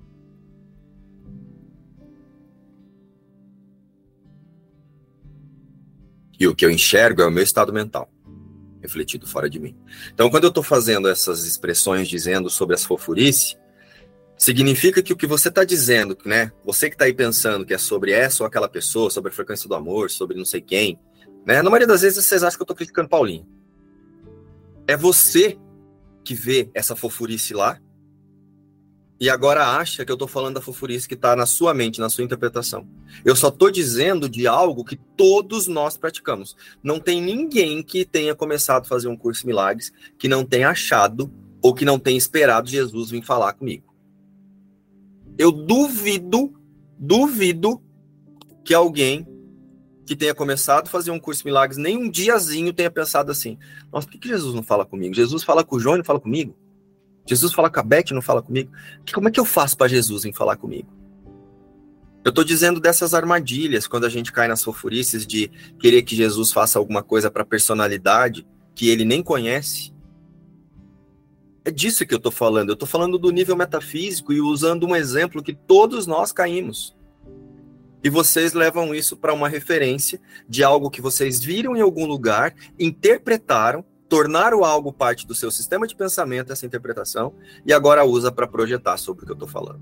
E o que eu enxergo é o meu estado mental, refletido fora de mim. Então, quando eu estou fazendo essas expressões dizendo sobre as fofurices, significa que o que você está dizendo, né? Você que está aí pensando que é sobre essa ou aquela pessoa, sobre a frequência do amor, sobre não sei quem, né? Na maioria das vezes vocês acham que eu estou criticando Paulinho. É você que vê essa fofurice lá e agora acha que eu estou falando da fofurice que está na sua mente, na sua interpretação. Eu só estou dizendo de algo que todos nós praticamos. Não tem ninguém que tenha começado a fazer um curso de milagres que não tenha achado ou que não tenha esperado Jesus vir falar comigo. Eu duvido, duvido que alguém que tenha começado a fazer um curso de milagres, nem um diazinho tenha pensado assim, nossa, por que Jesus não fala comigo? Jesus fala com o João e não fala comigo? Jesus fala com a Beth e não fala comigo? Como é que eu faço para Jesus vir falar comigo? Eu estou dizendo dessas armadilhas, quando a gente cai nas fofurices de querer que Jesus faça alguma coisa para a personalidade que ele nem conhece. É disso que eu estou falando. Eu estou falando do nível metafísico e usando um exemplo que todos nós caímos. E vocês levam isso para uma referência de algo que vocês viram em algum lugar, interpretaram, tornaram algo parte do seu sistema de pensamento, essa interpretação, e agora usa para projetar sobre o que eu estou falando.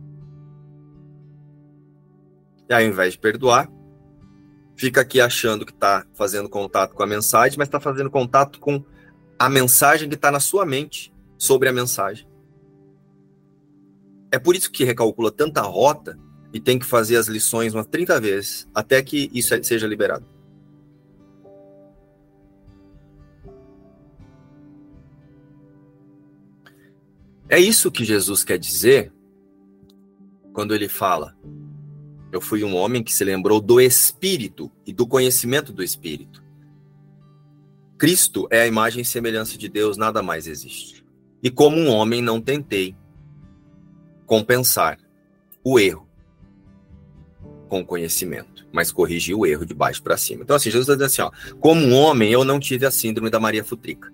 E aí, ao invés de perdoar, fica aqui achando que está fazendo contato com a mensagem, mas está fazendo contato com a mensagem que está na sua mente sobre a mensagem. É por isso que recalcula tanta rota e tem que fazer as lições umas trinta vezes, até que isso seja liberado. É isso que Jesus quer dizer quando ele fala: eu fui um homem que se lembrou do Espírito e do conhecimento do Espírito. Cristo é a imagem e semelhança de Deus, nada mais existe. E como um homem não tentei compensar o erro com o conhecimento, mas corrigi o erro de baixo para cima. Então assim, Jesus está dizendo assim, ó, como um homem eu não tive a síndrome da Maria Futrica.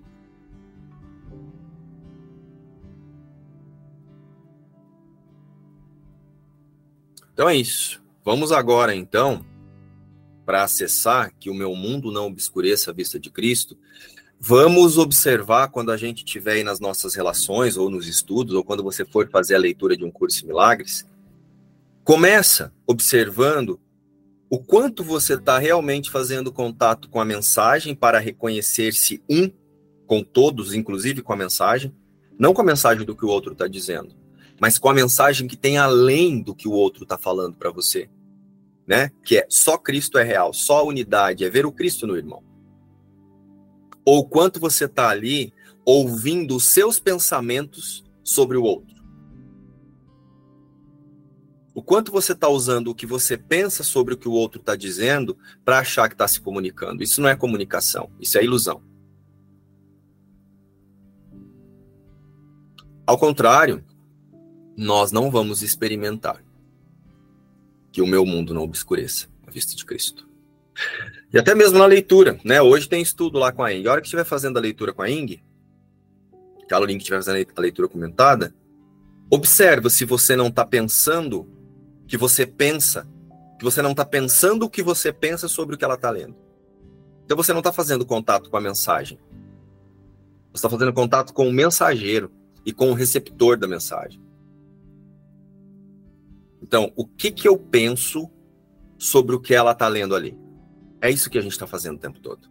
Então é isso. Vamos agora, então, para acessar que o meu mundo não obscureça a vista de Cristo, vamos observar quando a gente estiver aí nas nossas relações, ou nos estudos, ou quando você for fazer a leitura de um curso de milagres, começa observando o quanto você está realmente fazendo contato com a mensagem para reconhecer-se um com todos, inclusive com a mensagem, não com a mensagem do que o outro está dizendo, mas com a mensagem que tem além do que o outro está falando para você, né? Que é só Cristo é real, só a unidade, é ver o Cristo no irmão. Ou quanto você está ali ouvindo os seus pensamentos sobre o outro. O quanto você está usando o que você pensa sobre o que o outro está dizendo para achar que está se comunicando. Isso não é comunicação, isso é ilusão. Ao contrário, nós não vamos experimentar que o meu mundo não obscureça a vista de Cristo. E até mesmo na leitura, né? Hoje tem estudo lá com a Ing. A hora que estiver fazendo a leitura com a Ing, aquela Ing que estiver fazendo a leitura comentada, observa se você não está pensando que você pensa, que você não está pensando o que você pensa sobre o que ela está lendo. Então você não está fazendo contato com a mensagem. Você está fazendo contato com o mensageiro e com o receptor da mensagem. Então, o que, que eu penso sobre o que ela está lendo ali? É isso que a gente está fazendo o tempo todo.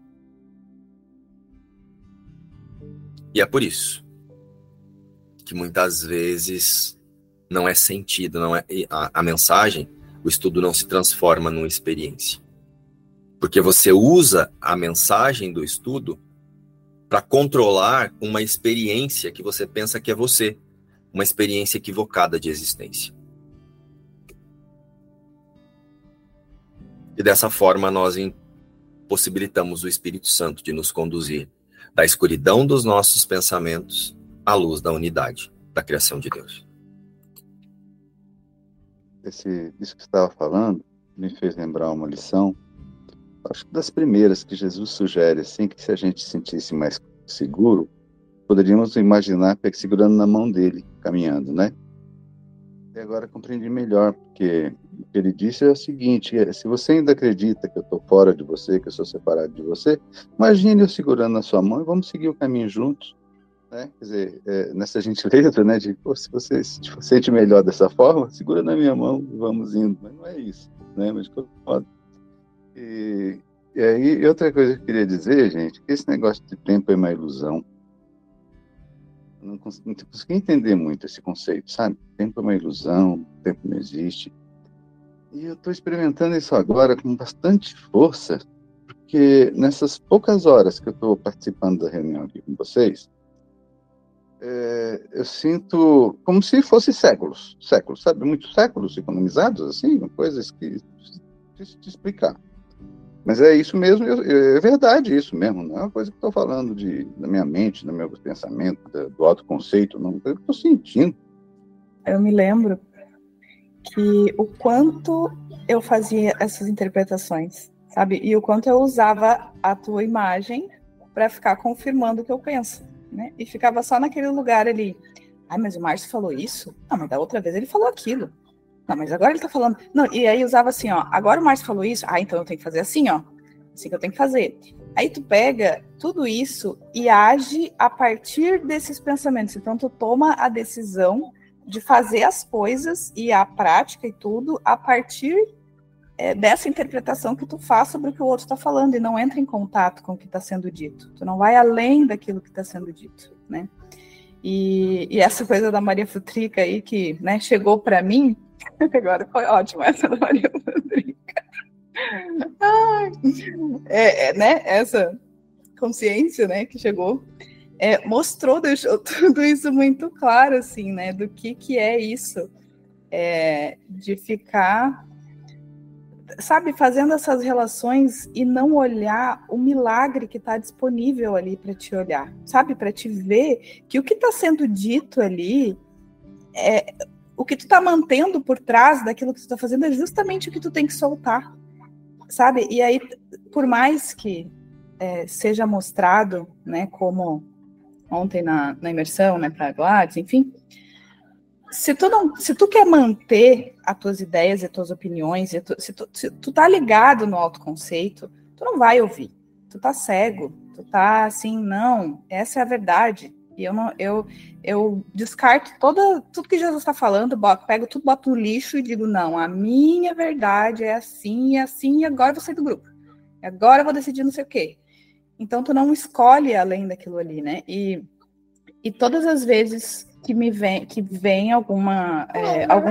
E é por isso que muitas vezes não é sentido, não é a, a mensagem, o estudo não se transforma numa experiência. Porque você usa a mensagem do estudo para controlar uma experiência que você pensa que é você, uma experiência equivocada de existência. E dessa forma nós possibilitamos o Espírito Santo de nos conduzir da escuridão dos nossos pensamentos à luz da unidade da criação de Deus. Esse, isso que você estava falando me fez lembrar uma lição, acho que das primeiras que Jesus sugere, assim, que se a gente se sentisse mais seguro, poderíamos imaginar segurando na mão dele, caminhando, né? E agora compreendi melhor, porque o que ele disse é o seguinte: se você ainda acredita que eu estou fora de você, que eu sou separado de você, imagine eu segurando na sua mão e vamos seguir o caminho juntos. Né? Quer dizer, é, nessa gentileza, né, de, pô, se você se sente melhor dessa forma, segura na minha mão e vamos indo. Mas não é isso, né? Mas de qualquer modo. E, e aí, outra coisa que eu queria dizer, gente, que esse negócio de tempo é uma ilusão. Eu não consegui, não consegui entender muito esse conceito, sabe? Tempo é uma ilusão, tempo não existe. E eu estou experimentando isso agora com bastante força, porque nessas poucas horas que eu estou participando da reunião aqui com vocês, É, eu sinto como se fosse séculos, séculos, sabe? Muitos séculos economizados, assim, coisas que difícil de explicar. Mas é isso mesmo, é verdade isso mesmo, não é uma coisa que estou falando de, da minha mente, do meu pensamento, do autoconceito, não, eu estou sentindo. Eu me lembro que o quanto eu fazia essas interpretações, sabe? E o quanto eu usava a tua imagem para ficar confirmando o que eu penso. Né? E ficava só naquele lugar ali. Ai, mas o Márcio falou isso? Não, mas da outra vez ele falou aquilo. Não, mas agora ele tá falando... Não, e aí usava assim, ó, agora o Márcio falou isso, ah, então eu tenho que fazer assim, ó. Assim que eu tenho que fazer. Aí tu pega tudo isso e age a partir desses pensamentos. Então tu toma a decisão de fazer as coisas e a prática e tudo a partir é, dessa interpretação que tu faz sobre o que o outro está falando e não entra em contato com o que está sendo dito. Tu não vai além daquilo que está sendo dito, né? E, e essa coisa da Maria Futrica aí que, né, chegou para mim, agora foi ótimo essa da Maria Futrica. Ai, é, é, né, essa consciência, né, que chegou, é, mostrou, deixou tudo isso muito claro, assim, né, do que que é isso, é, de ficar, sabe, fazendo essas relações e não olhar o milagre que está disponível ali para te olhar, sabe, para te ver que o que está sendo dito ali, é, o que tu está mantendo por trás daquilo que tu está fazendo é justamente o que tu tem que soltar, sabe, e aí, por mais que é, seja mostrado, né, como ontem na, na imersão, né, para a Gladys, enfim, se tu, não, se tu quer manter as tuas ideias e as tuas opiniões, e tu, se, tu, se tu tá ligado no autoconceito, tu não vai ouvir, tu tá cego, tu tá assim, não, essa é a verdade, e eu, não, eu, eu descarto toda, tudo que Jesus está falando, boto, pego tudo, boto no lixo e digo, não, a minha verdade é assim, é assim, e agora eu vou sair do grupo, agora eu vou decidir não sei o quê. Então tu não escolhe além daquilo ali, né, e, e todas as vezes que me vem, que vem alguma, é, algum,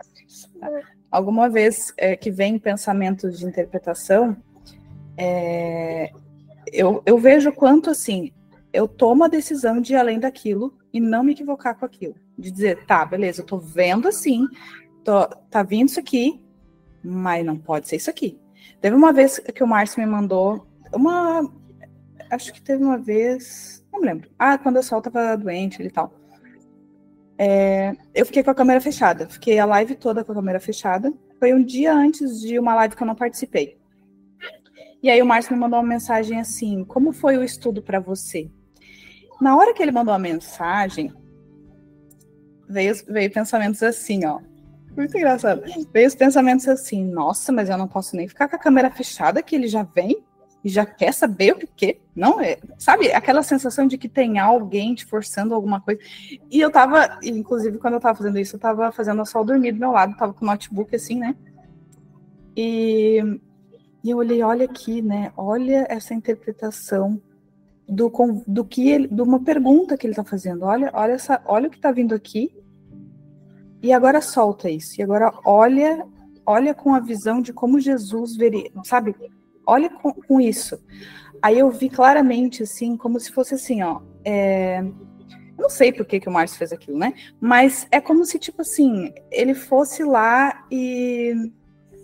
alguma vez é, que vem pensamentos de interpretação, é, eu, eu vejo quanto, assim, eu tomo a decisão de ir além daquilo e não me equivocar com aquilo, de dizer, tá, beleza, eu tô vendo assim, tô, tá vindo isso aqui, mas não pode ser isso aqui. Teve uma vez que o Márcio me mandou uma... Acho que teve uma vez... Não me lembro. Ah, quando o Sol tava doente e tal. É, eu fiquei com a câmera fechada. Fiquei a live toda com a câmera fechada. Foi um dia antes de uma live que eu não participei. E aí o Márcio me mandou uma mensagem assim: como foi o estudo para você? Na hora que ele mandou a mensagem, veio, veio pensamentos assim, ó. Muito engraçado. Veio os pensamentos assim: nossa, mas eu não posso nem ficar com a câmera fechada, que ele já vem e já quer saber o que quer. Não é, sabe, aquela sensação de que tem alguém te forçando alguma coisa. E eu tava, inclusive, quando eu tava fazendo isso, eu tava fazendo a Sol dormir do meu lado, tava com o notebook assim, né? E, e eu olhei, olha aqui, né? Olha essa interpretação do, do que ele, de uma pergunta que ele tá fazendo. Olha, olha, essa, olha o que tá vindo aqui. E agora solta isso. E agora olha, olha com a visão de como Jesus veria, sabe? Olha com, com isso. Aí eu vi claramente, assim, como se fosse assim, ó. É... Eu não sei por que, que o Márcio fez aquilo, né? Mas é como se, tipo assim, ele fosse lá e...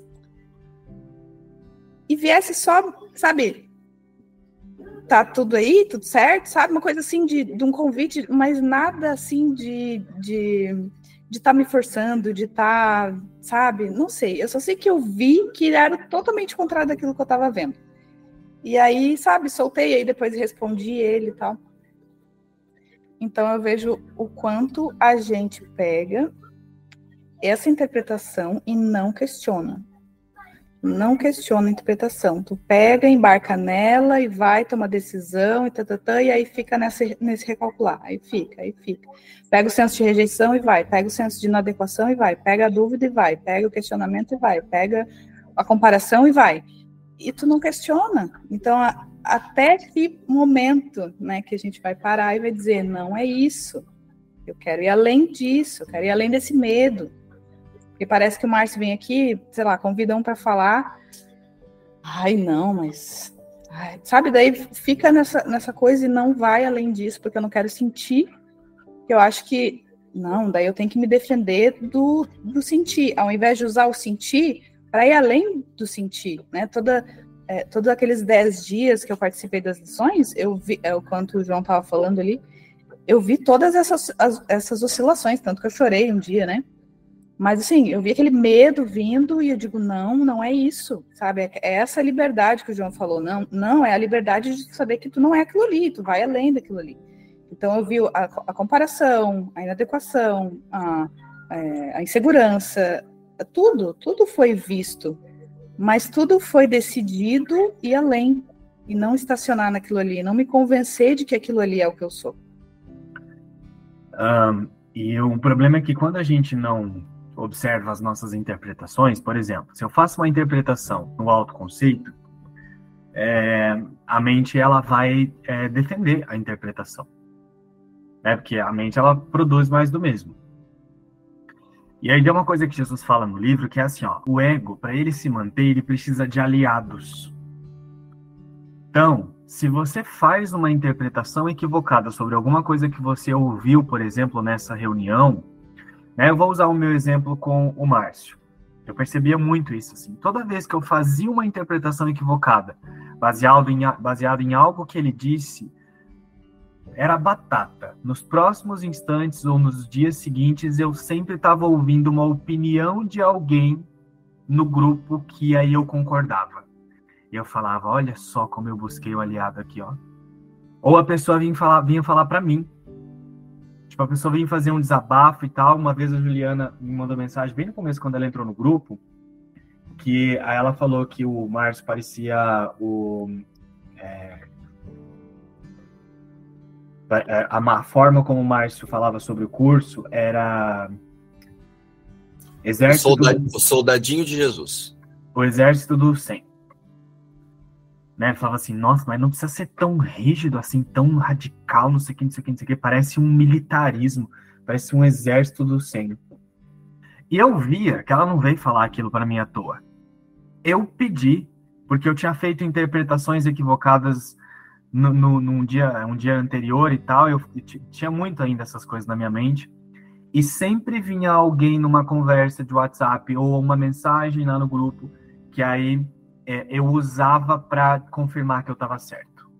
E viesse só, sabe? Tá tudo aí, tudo certo, sabe? Uma coisa assim de, de um convite, mas nada assim de... de... de estar tá me forçando, de estar, tá, sabe? Não sei. Eu só sei que eu vi que era totalmente contrário daquilo que eu estava vendo. E aí, sabe, soltei, aí depois respondi ele e tal. Então eu vejo o quanto a gente pega essa interpretação e não questiona. Não questiona a interpretação. Tu pega, embarca nela e vai tomar decisão e tatatã, e aí fica nessa, nesse recalcular. Aí fica, aí fica. Pega o senso de rejeição e vai. Pega o senso de inadequação e vai. Pega a dúvida e vai. Pega o questionamento e vai. Pega a comparação e vai. E tu não questiona. Então, a, até que momento, né, que a gente vai parar e vai dizer, não é isso. Eu quero ir além disso. Eu quero ir além desse medo. Porque parece que o Márcio vem aqui, sei lá, convida um para falar. Ai, não, mas... Ai, sabe, daí fica nessa, nessa coisa e não vai além disso, porque eu não quero sentir. Eu acho que, não, daí eu tenho que me defender do, do sentir. Ao invés de usar o sentir, para ir além do sentir, né? Toda, é, todos aqueles dez dias que eu participei das lições, eu vi, é, o quanto o João estava falando ali, eu vi todas essas, as, essas oscilações, tanto que eu chorei um dia, né? Mas, assim, eu vi aquele medo vindo e eu digo, não, não é isso, sabe? É essa liberdade que o João falou. Não, não, é a liberdade de saber que tu não é aquilo ali, tu vai além daquilo ali. Então, eu vi a, a comparação, a inadequação, a, a insegurança, tudo, tudo foi visto. Mas tudo foi decidido e além. E não estacionar naquilo ali, não me convencer de que aquilo ali é o que eu sou. Um, e o problema é que quando a gente não... observa as nossas interpretações, por exemplo, se eu faço uma interpretação no autoconceito, é, a mente ela vai é, defender a interpretação, né? Porque a mente ela produz mais do mesmo. E aí tem uma coisa que Jesus fala no livro que é assim, ó, o ego, para ele se manter, ele precisa de aliados. Então, se você faz uma interpretação equivocada sobre alguma coisa que você ouviu, por exemplo, nessa reunião, eu vou usar o meu exemplo com o Márcio. Eu percebia muito isso, assim. Toda vez que eu fazia uma interpretação equivocada, baseado em, baseado em algo que ele disse, era batata. Nos próximos instantes ou nos dias seguintes, eu sempre estava ouvindo uma opinião de alguém no grupo que aí eu concordava. E eu falava, olha só como eu busquei o aliado aqui, ó. Ou a pessoa vinha falar, vinha falar para mim. A pessoa veio fazer um desabafo e tal. Uma vez a Juliana me mandou mensagem bem no começo, quando ela entrou no grupo, que aí ela falou que o Márcio parecia o... É, a, a forma como o Márcio falava sobre o curso era... Exército o, soldad, do, o soldadinho de Jesus. O exército do cem. Né, falava assim, nossa, mas não precisa ser tão rígido, assim, tão radical, não sei o que, não sei o que, não sei o que, parece um militarismo, parece um exército do cem. E eu via que ela não veio falar aquilo para mim à toa. Eu pedi, porque eu tinha feito interpretações equivocadas no, no, num dia, um dia anterior e tal, eu tinha muito ainda essas coisas na minha mente, e sempre vinha alguém numa conversa de WhatsApp ou uma mensagem lá no grupo que aí é, eu usava para confirmar que eu estava certo.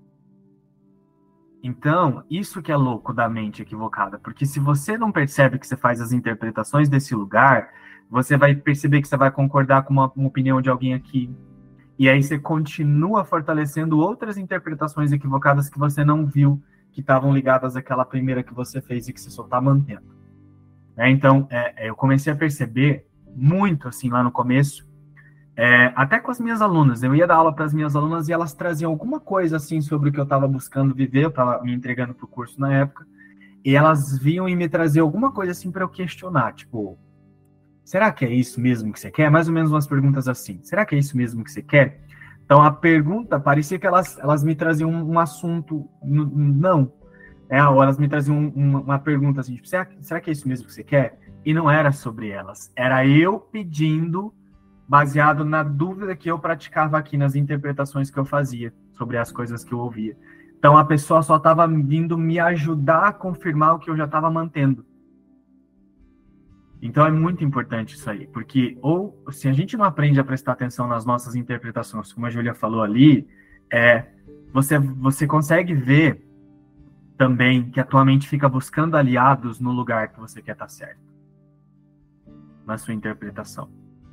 Então, isso que é louco da mente equivocada, porque se você não percebe que você faz as interpretações desse lugar, você vai perceber que você vai concordar com uma, uma opinião de alguém aqui, e aí você continua fortalecendo outras interpretações equivocadas que você não viu, que estavam ligadas àquela primeira que você fez e que você só está mantendo. É, então, é, eu comecei a perceber muito, assim, lá no começo, é, até com as minhas alunas. Eu ia dar aula para as minhas alunas e elas traziam alguma coisa, assim, sobre o que eu estava buscando viver, eu estava me entregando para o curso na época, e elas vinham e me traziam alguma coisa, assim, para eu questionar, tipo, será que é isso mesmo que você quer? Mais ou menos umas perguntas assim, será que é isso mesmo que você quer? Então, a pergunta, parecia que elas, elas me traziam um, um assunto, não, é, ou elas me traziam um, uma, uma pergunta assim, tipo, será, será que é isso mesmo que você quer? E não era sobre elas, era eu pedindo, baseado na dúvida que eu praticava aqui, nas interpretações que eu fazia sobre as coisas que eu ouvia. Então, a pessoa só estava vindo me ajudar a confirmar o que eu já estava mantendo. Então, é muito importante isso aí, porque ou se a gente não aprende a prestar atenção nas nossas interpretações, como a Júlia falou ali, é, você, você consegue ver também que a tua mente fica buscando aliados no lugar que você quer estar certo, na sua interpretação.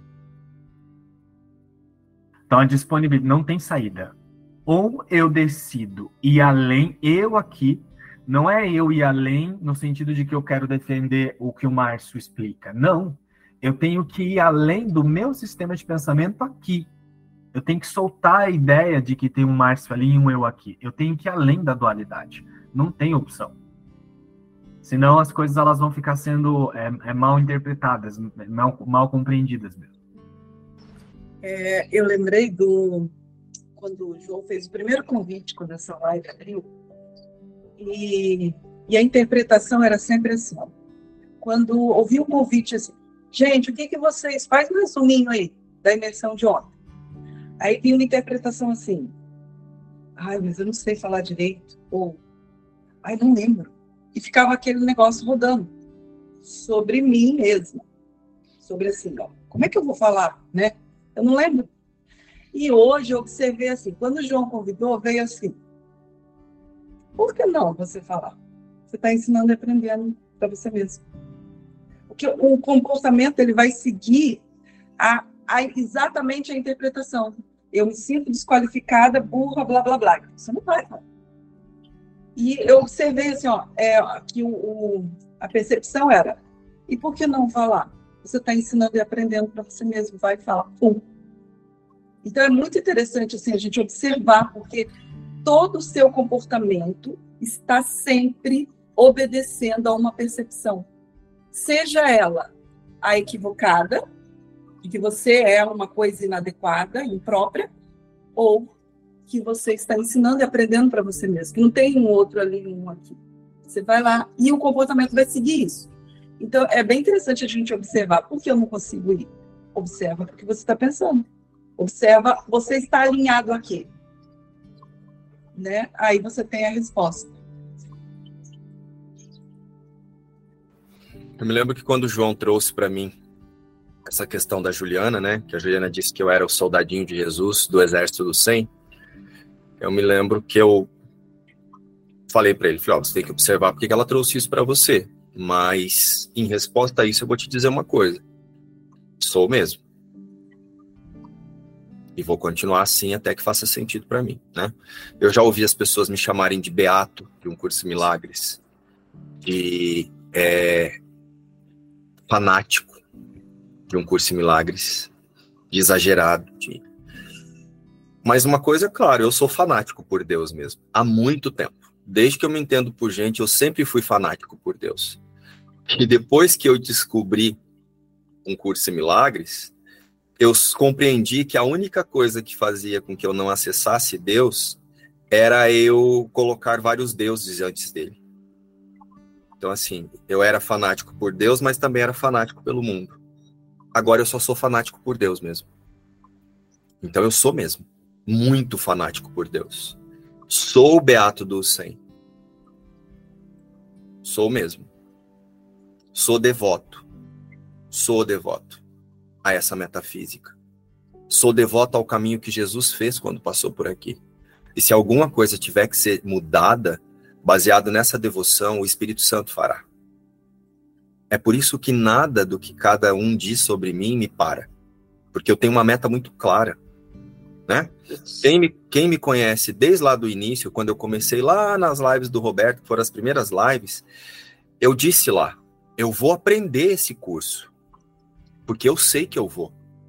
Então, a disponibilidade não tem saída. Ou eu decido ir além, eu aqui, não é eu ir além no sentido de que eu quero defender o que o Márcio explica. Não. Eu tenho que ir além do meu sistema de pensamento aqui. Eu tenho que soltar a ideia de que tem um Márcio ali e um eu aqui. Eu tenho que ir além da dualidade. Não tem opção. Senão as coisas elas vão ficar sendo é, é, mal interpretadas, mal, mal compreendidas mesmo. É, eu lembrei do... quando o João fez o primeiro convite, quando essa live abriu, e, e a interpretação era sempre assim, ó, quando ouvi o convite assim, gente, o que, que vocês... Faz um resuminho aí da imersão de ontem. Aí vinha uma interpretação assim, ai, mas eu não sei falar direito, ou, ai, não lembro. E ficava aquele negócio rodando sobre mim mesma. Sobre assim, ó, como é que eu vou falar, né? Eu não lembro. E hoje eu observei assim, quando o João convidou, veio assim, por que não você falar? Você está ensinando e aprendendo para você mesmo. Porque o comportamento ele vai seguir a, a, exatamente a interpretação. Eu me sinto desqualificada, burra, blá, blá, blá. Você não vai, não. E eu observei assim, ó, é, que o, o, a percepção era, e por que não falar? Você está ensinando e aprendendo para você mesmo, vai falar, pum. Então é muito interessante assim, a gente observar, porque todo o seu comportamento está sempre obedecendo a uma percepção. Seja ela a equivocada, de que você é uma coisa inadequada, imprópria, ou que você está ensinando e aprendendo para você mesmo, que não tem um outro ali, um aqui. Você vai lá e o comportamento vai seguir isso. Então, é bem interessante a gente observar. Por que eu não consigo ir? Observa o que você está pensando. Observa, você está alinhado a quê? Né? Aí você tem a resposta. Eu me lembro que quando o João trouxe para mim essa questão da Juliana, né? Que a Juliana disse que eu era o soldadinho de Jesus do exército do cem. Eu me lembro que eu falei para ele, falei, ó, você tem que observar porque que ela trouxe isso para você. Mas, em resposta a isso, eu vou te dizer uma coisa. Sou mesmo. E vou continuar assim até que faça sentido para mim, né? Eu já ouvi as pessoas me chamarem de beato de um curso de milagres, de é, fanático de um curso de milagres, de exagerado. De... Mas uma coisa é clara, eu sou fanático por Deus mesmo, há muito tempo. Desde que eu me entendo por gente, eu sempre fui fanático por Deus. E depois que eu descobri um curso de milagres, eu compreendi que a única coisa que fazia com que eu não acessasse Deus era eu colocar vários deuses antes dele. Então, assim, eu era fanático por Deus, mas também era fanático pelo mundo. Agora eu só sou fanático por Deus mesmo. Então eu sou mesmo muito fanático por Deus. Sou o beato do cem. Sou mesmo. Sou devoto. Sou devoto a essa metafísica. Sou devoto ao caminho que Jesus fez quando passou por aqui. E se alguma coisa tiver que ser mudada, baseado nessa devoção, o Espírito Santo fará. É por isso que nada do que cada um diz sobre mim me para. Porque eu tenho uma meta muito clara. Né? Quem me, quem me conhece desde lá do início, quando eu comecei lá nas lives do Roberto, que foram as primeiras lives, eu disse lá, eu vou aprender esse curso. Porque eu sei que eu vou.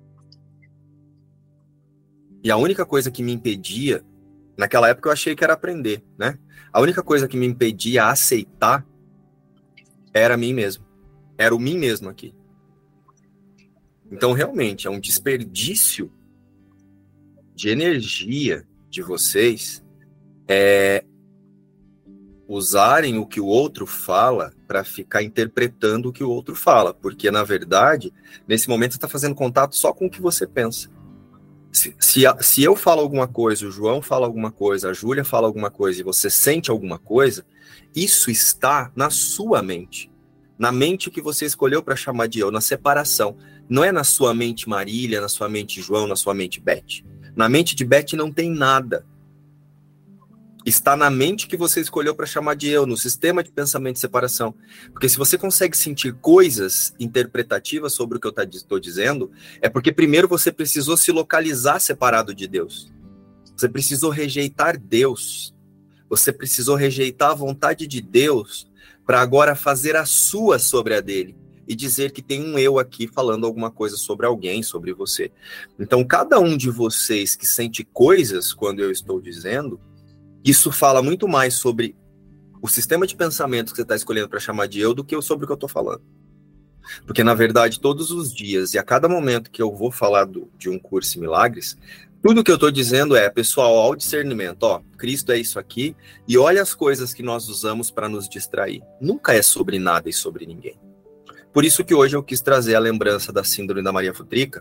E a única coisa que me impedia, naquela época eu achei que era aprender, né? A única coisa que me impedia a aceitar era mim mesmo. Era o mim mesmo aqui. Então, realmente, é um desperdício de energia de vocês é, usarem o que o outro fala para ficar interpretando o que o outro fala. Porque, na verdade, nesse momento você está fazendo contato só com o que você pensa. Se, se, se eu falo alguma coisa, o João fala alguma coisa, a Júlia fala alguma coisa e você sente alguma coisa, isso está na sua mente. Na mente que você escolheu para chamar de eu, na separação. Não é na sua mente Marília, na sua mente João, na sua mente Beth. Na mente de Beth não tem nada. Está na mente que você escolheu para chamar de eu, no sistema de pensamento de separação. Porque se você consegue sentir coisas interpretativas sobre o que eu estou dizendo, é porque primeiro você precisou se localizar separado de Deus. Você precisou rejeitar Deus. Você precisou rejeitar a vontade de Deus para agora fazer a sua sobre a dele. E dizer que tem um eu aqui falando alguma coisa sobre alguém, sobre você. Então, cada um de vocês que sente coisas quando eu estou dizendo, isso fala muito mais sobre o sistema de pensamento que você está escolhendo para chamar de eu do que sobre o que eu estou falando. Porque, na verdade, todos os dias e a cada momento que eu vou falar do, de um curso em milagres, tudo que eu estou dizendo é, pessoal, ao discernimento, ó, Cristo é isso aqui, e olha as coisas que nós usamos para nos distrair. Nunca é sobre nada e sobre ninguém. Por isso que hoje eu quis trazer a lembrança da síndrome da Maria Futrica,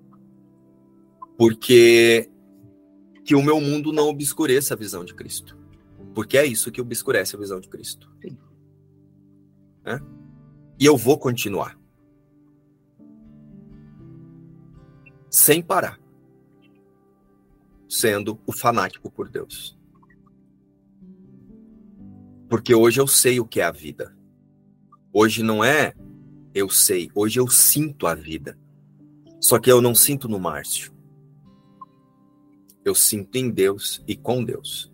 porque que o meu mundo não obscureça a visão de Cristo. Porque é isso que obscurece a visão de Cristo. É? E eu vou continuar. Sem parar. Sendo o fanático por Deus. Porque hoje eu sei o que é a vida. Hoje não é eu sei, hoje eu sinto a vida. Só que eu não sinto no Márcio. Eu sinto em Deus e com Deus.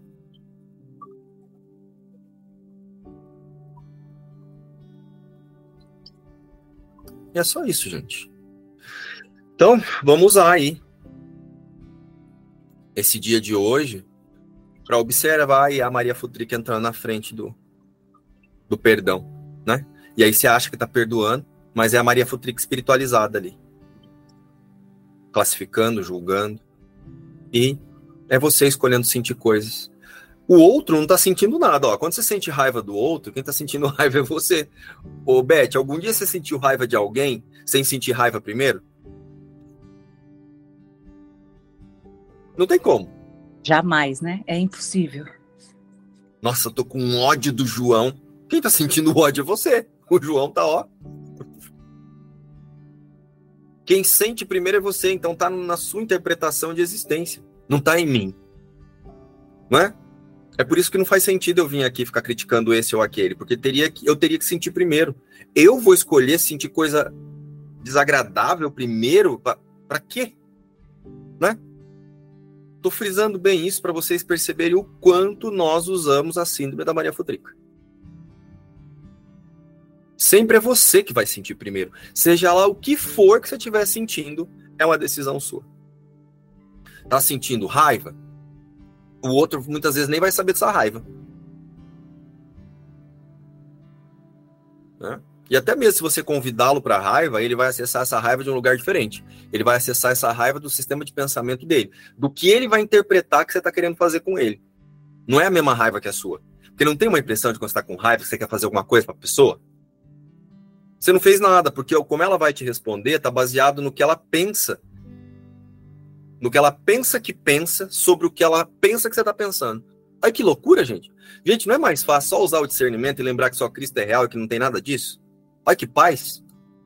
E é só isso, gente. Então, vamos usar aí esse dia de hoje para observar aí a Maria Futrica entrando na frente do, do perdão, né? E aí você acha que está perdoando, mas é a Maria Futrica espiritualizada ali. Classificando, julgando. E é você escolhendo sentir coisas. O outro não está sentindo nada. Ó. Quando você sente raiva do outro, quem está sentindo raiva é você. Ô, Beth, algum dia você sentiu raiva de alguém sem sentir raiva primeiro? Não tem como. Jamais, né? É impossível. Nossa, eu tô com ódio do João. Quem tá sentindo ódio é você. O João tá, ó. Quem sente primeiro é você, então tá na sua interpretação de existência. Não tá em mim. Não é? É por isso que não faz sentido eu vir aqui ficar criticando esse ou aquele, porque teria que, eu teria que sentir primeiro. Eu vou escolher sentir coisa desagradável primeiro? Pra, pra quê? Né? Tô frisando bem isso para vocês perceberem o quanto nós usamos a síndrome da Maria Futrica. Sempre é você que vai sentir primeiro. Seja lá o que for que você estiver sentindo, é uma decisão sua. Tá sentindo raiva? O outro muitas vezes nem vai saber dessa raiva. Né? E até mesmo se você convidá-lo para a raiva, ele vai acessar essa raiva de um lugar diferente. Ele vai acessar essa raiva do sistema de pensamento dele. Do que ele vai interpretar que você está querendo fazer com ele. Não é a mesma raiva que a sua. Porque não tem uma impressão de quando você está com raiva que você quer fazer alguma coisa para a pessoa? Você não fez nada, porque como ela vai te responder está baseado no que ela pensa. No que ela pensa que pensa sobre o que ela pensa que você está pensando. Ai, que loucura, gente. Gente, não é mais fácil só usar o discernimento e lembrar que só Cristo é real e que não tem nada disso? Olha que paz.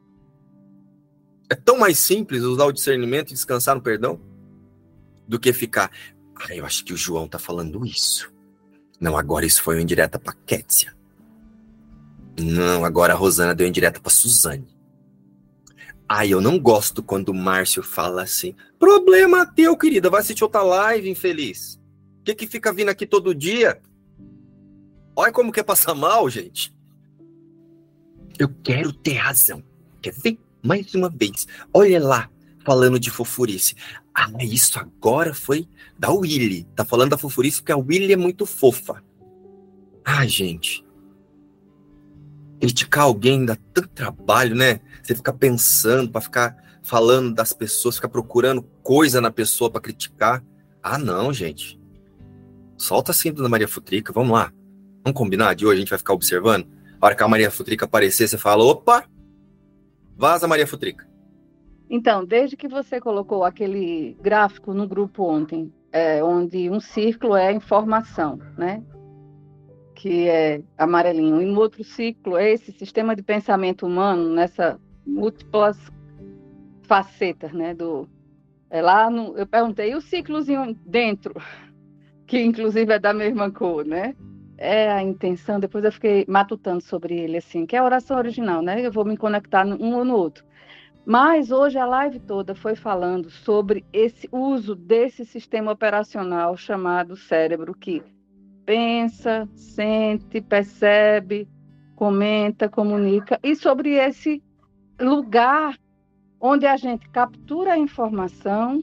É tão mais simples usar o discernimento e descansar no perdão do que ficar, ah, eu acho que o João tá falando isso. Não, agora isso foi uma indireta pra Kétia. Não, agora a Rosana deu indireta pra Suzane. Ah, eu não gosto quando o Márcio fala assim, problema teu, querida, vai assistir outra live, infeliz. O que que fica vindo aqui todo dia? Olha como quer passar mal, gente. Eu quero ter razão. Quer ver? Mais uma vez. Olha lá, falando de fofurice. Ah, isso agora foi da Willy. Tá falando da fofurice porque a Willy é muito fofa. Ah, gente. Criticar alguém dá tanto trabalho, né? Você fica pensando para ficar falando das pessoas, ficar procurando coisa na pessoa para criticar. Ah, não, gente. Solta a cinta da Maria Futrica, vamos lá. Vamos combinar de hoje, a gente vai ficar observando. A hora que a Maria Futrica aparecer, você fala, opa, vaza Maria Futrica. Então, desde que você colocou aquele gráfico no grupo ontem, é, onde um círculo é informação, né? Que é amarelinho, e no outro ciclo é esse sistema de pensamento humano, nessa múltiplas facetas, né? Do, é lá no, eu perguntei, e o ciclozinho dentro, que inclusive é da mesma cor, né? É a intenção, depois eu fiquei matutando sobre ele, assim, que é a oração original, né? Eu vou me conectar um ou no outro. Mas hoje a live toda foi falando sobre esse uso desse sistema operacional chamado cérebro, que pensa, sente, percebe, comenta, comunica, e sobre esse lugar onde a gente captura a informação,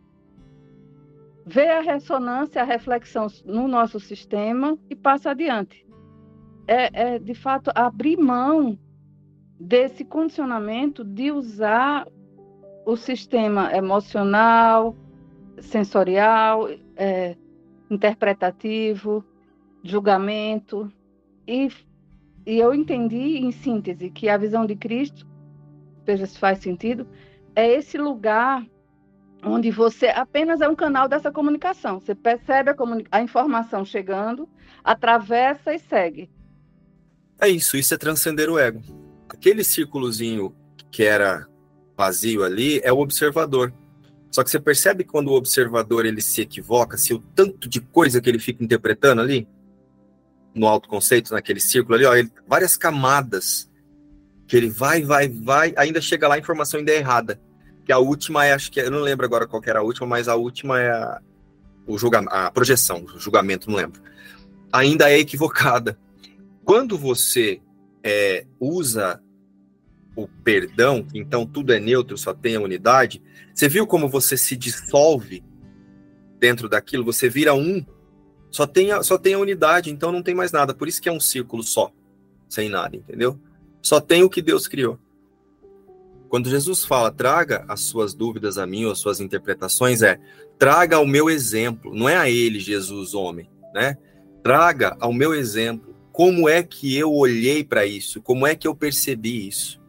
vê a ressonância, a reflexão no nosso sistema e passa adiante. É, é de fato, abrir mão desse condicionamento de usar o sistema emocional, sensorial, é, interpretativo, julgamento, e, e eu entendi, em síntese, que a visão de Cristo, veja se faz sentido, é esse lugar onde você apenas é um canal dessa comunicação. Você percebe a, comuni- a informação chegando, atravessa e segue. É isso, isso é transcender o ego. Aquele círculozinho que era vazio ali é o observador. Só que você percebe que quando o observador ele se equivoca, se o tanto de coisa que ele fica interpretando ali, no autoconceito, naquele círculo ali, ó, ele, várias camadas, que ele vai, vai, vai, ainda chega lá a informação ainda é errada. Que a última é, acho que, eu não lembro agora qual que era a última, mas a última é a, o julga, a projeção, o julgamento, não lembro. Ainda é equivocada. Quando você é, usa o perdão, então tudo é neutro, só tem a unidade, você viu como você se dissolve dentro daquilo? Você vira um, só tem a, só tem a unidade, então não tem mais nada. Por isso que é um círculo só, sem nada, entendeu? Só tem o que Deus criou. Quando Jesus fala, traga as suas dúvidas a mim, ou as suas interpretações, é, traga ao meu exemplo, não é a ele, Jesus, homem, né? Traga ao meu exemplo, como é que eu olhei para isso, como é que eu percebi isso.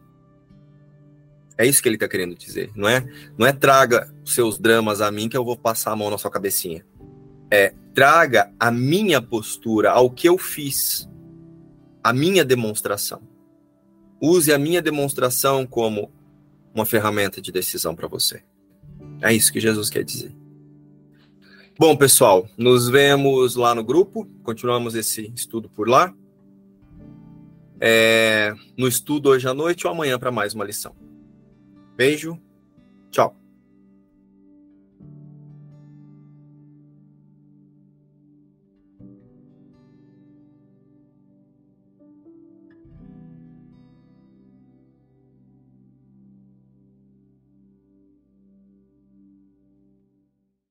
É isso que ele está querendo dizer, não é? Não é traga os seus dramas a mim que eu vou passar a mão na sua cabecinha. É, traga a minha postura, ao que eu fiz, a minha demonstração. Use a minha demonstração como uma ferramenta de decisão para você. É isso que Jesus quer dizer. Bom, pessoal, nos vemos lá no grupo. Continuamos esse estudo por lá. É, no estudo hoje à noite ou amanhã para mais uma lição. Beijo. Tchau.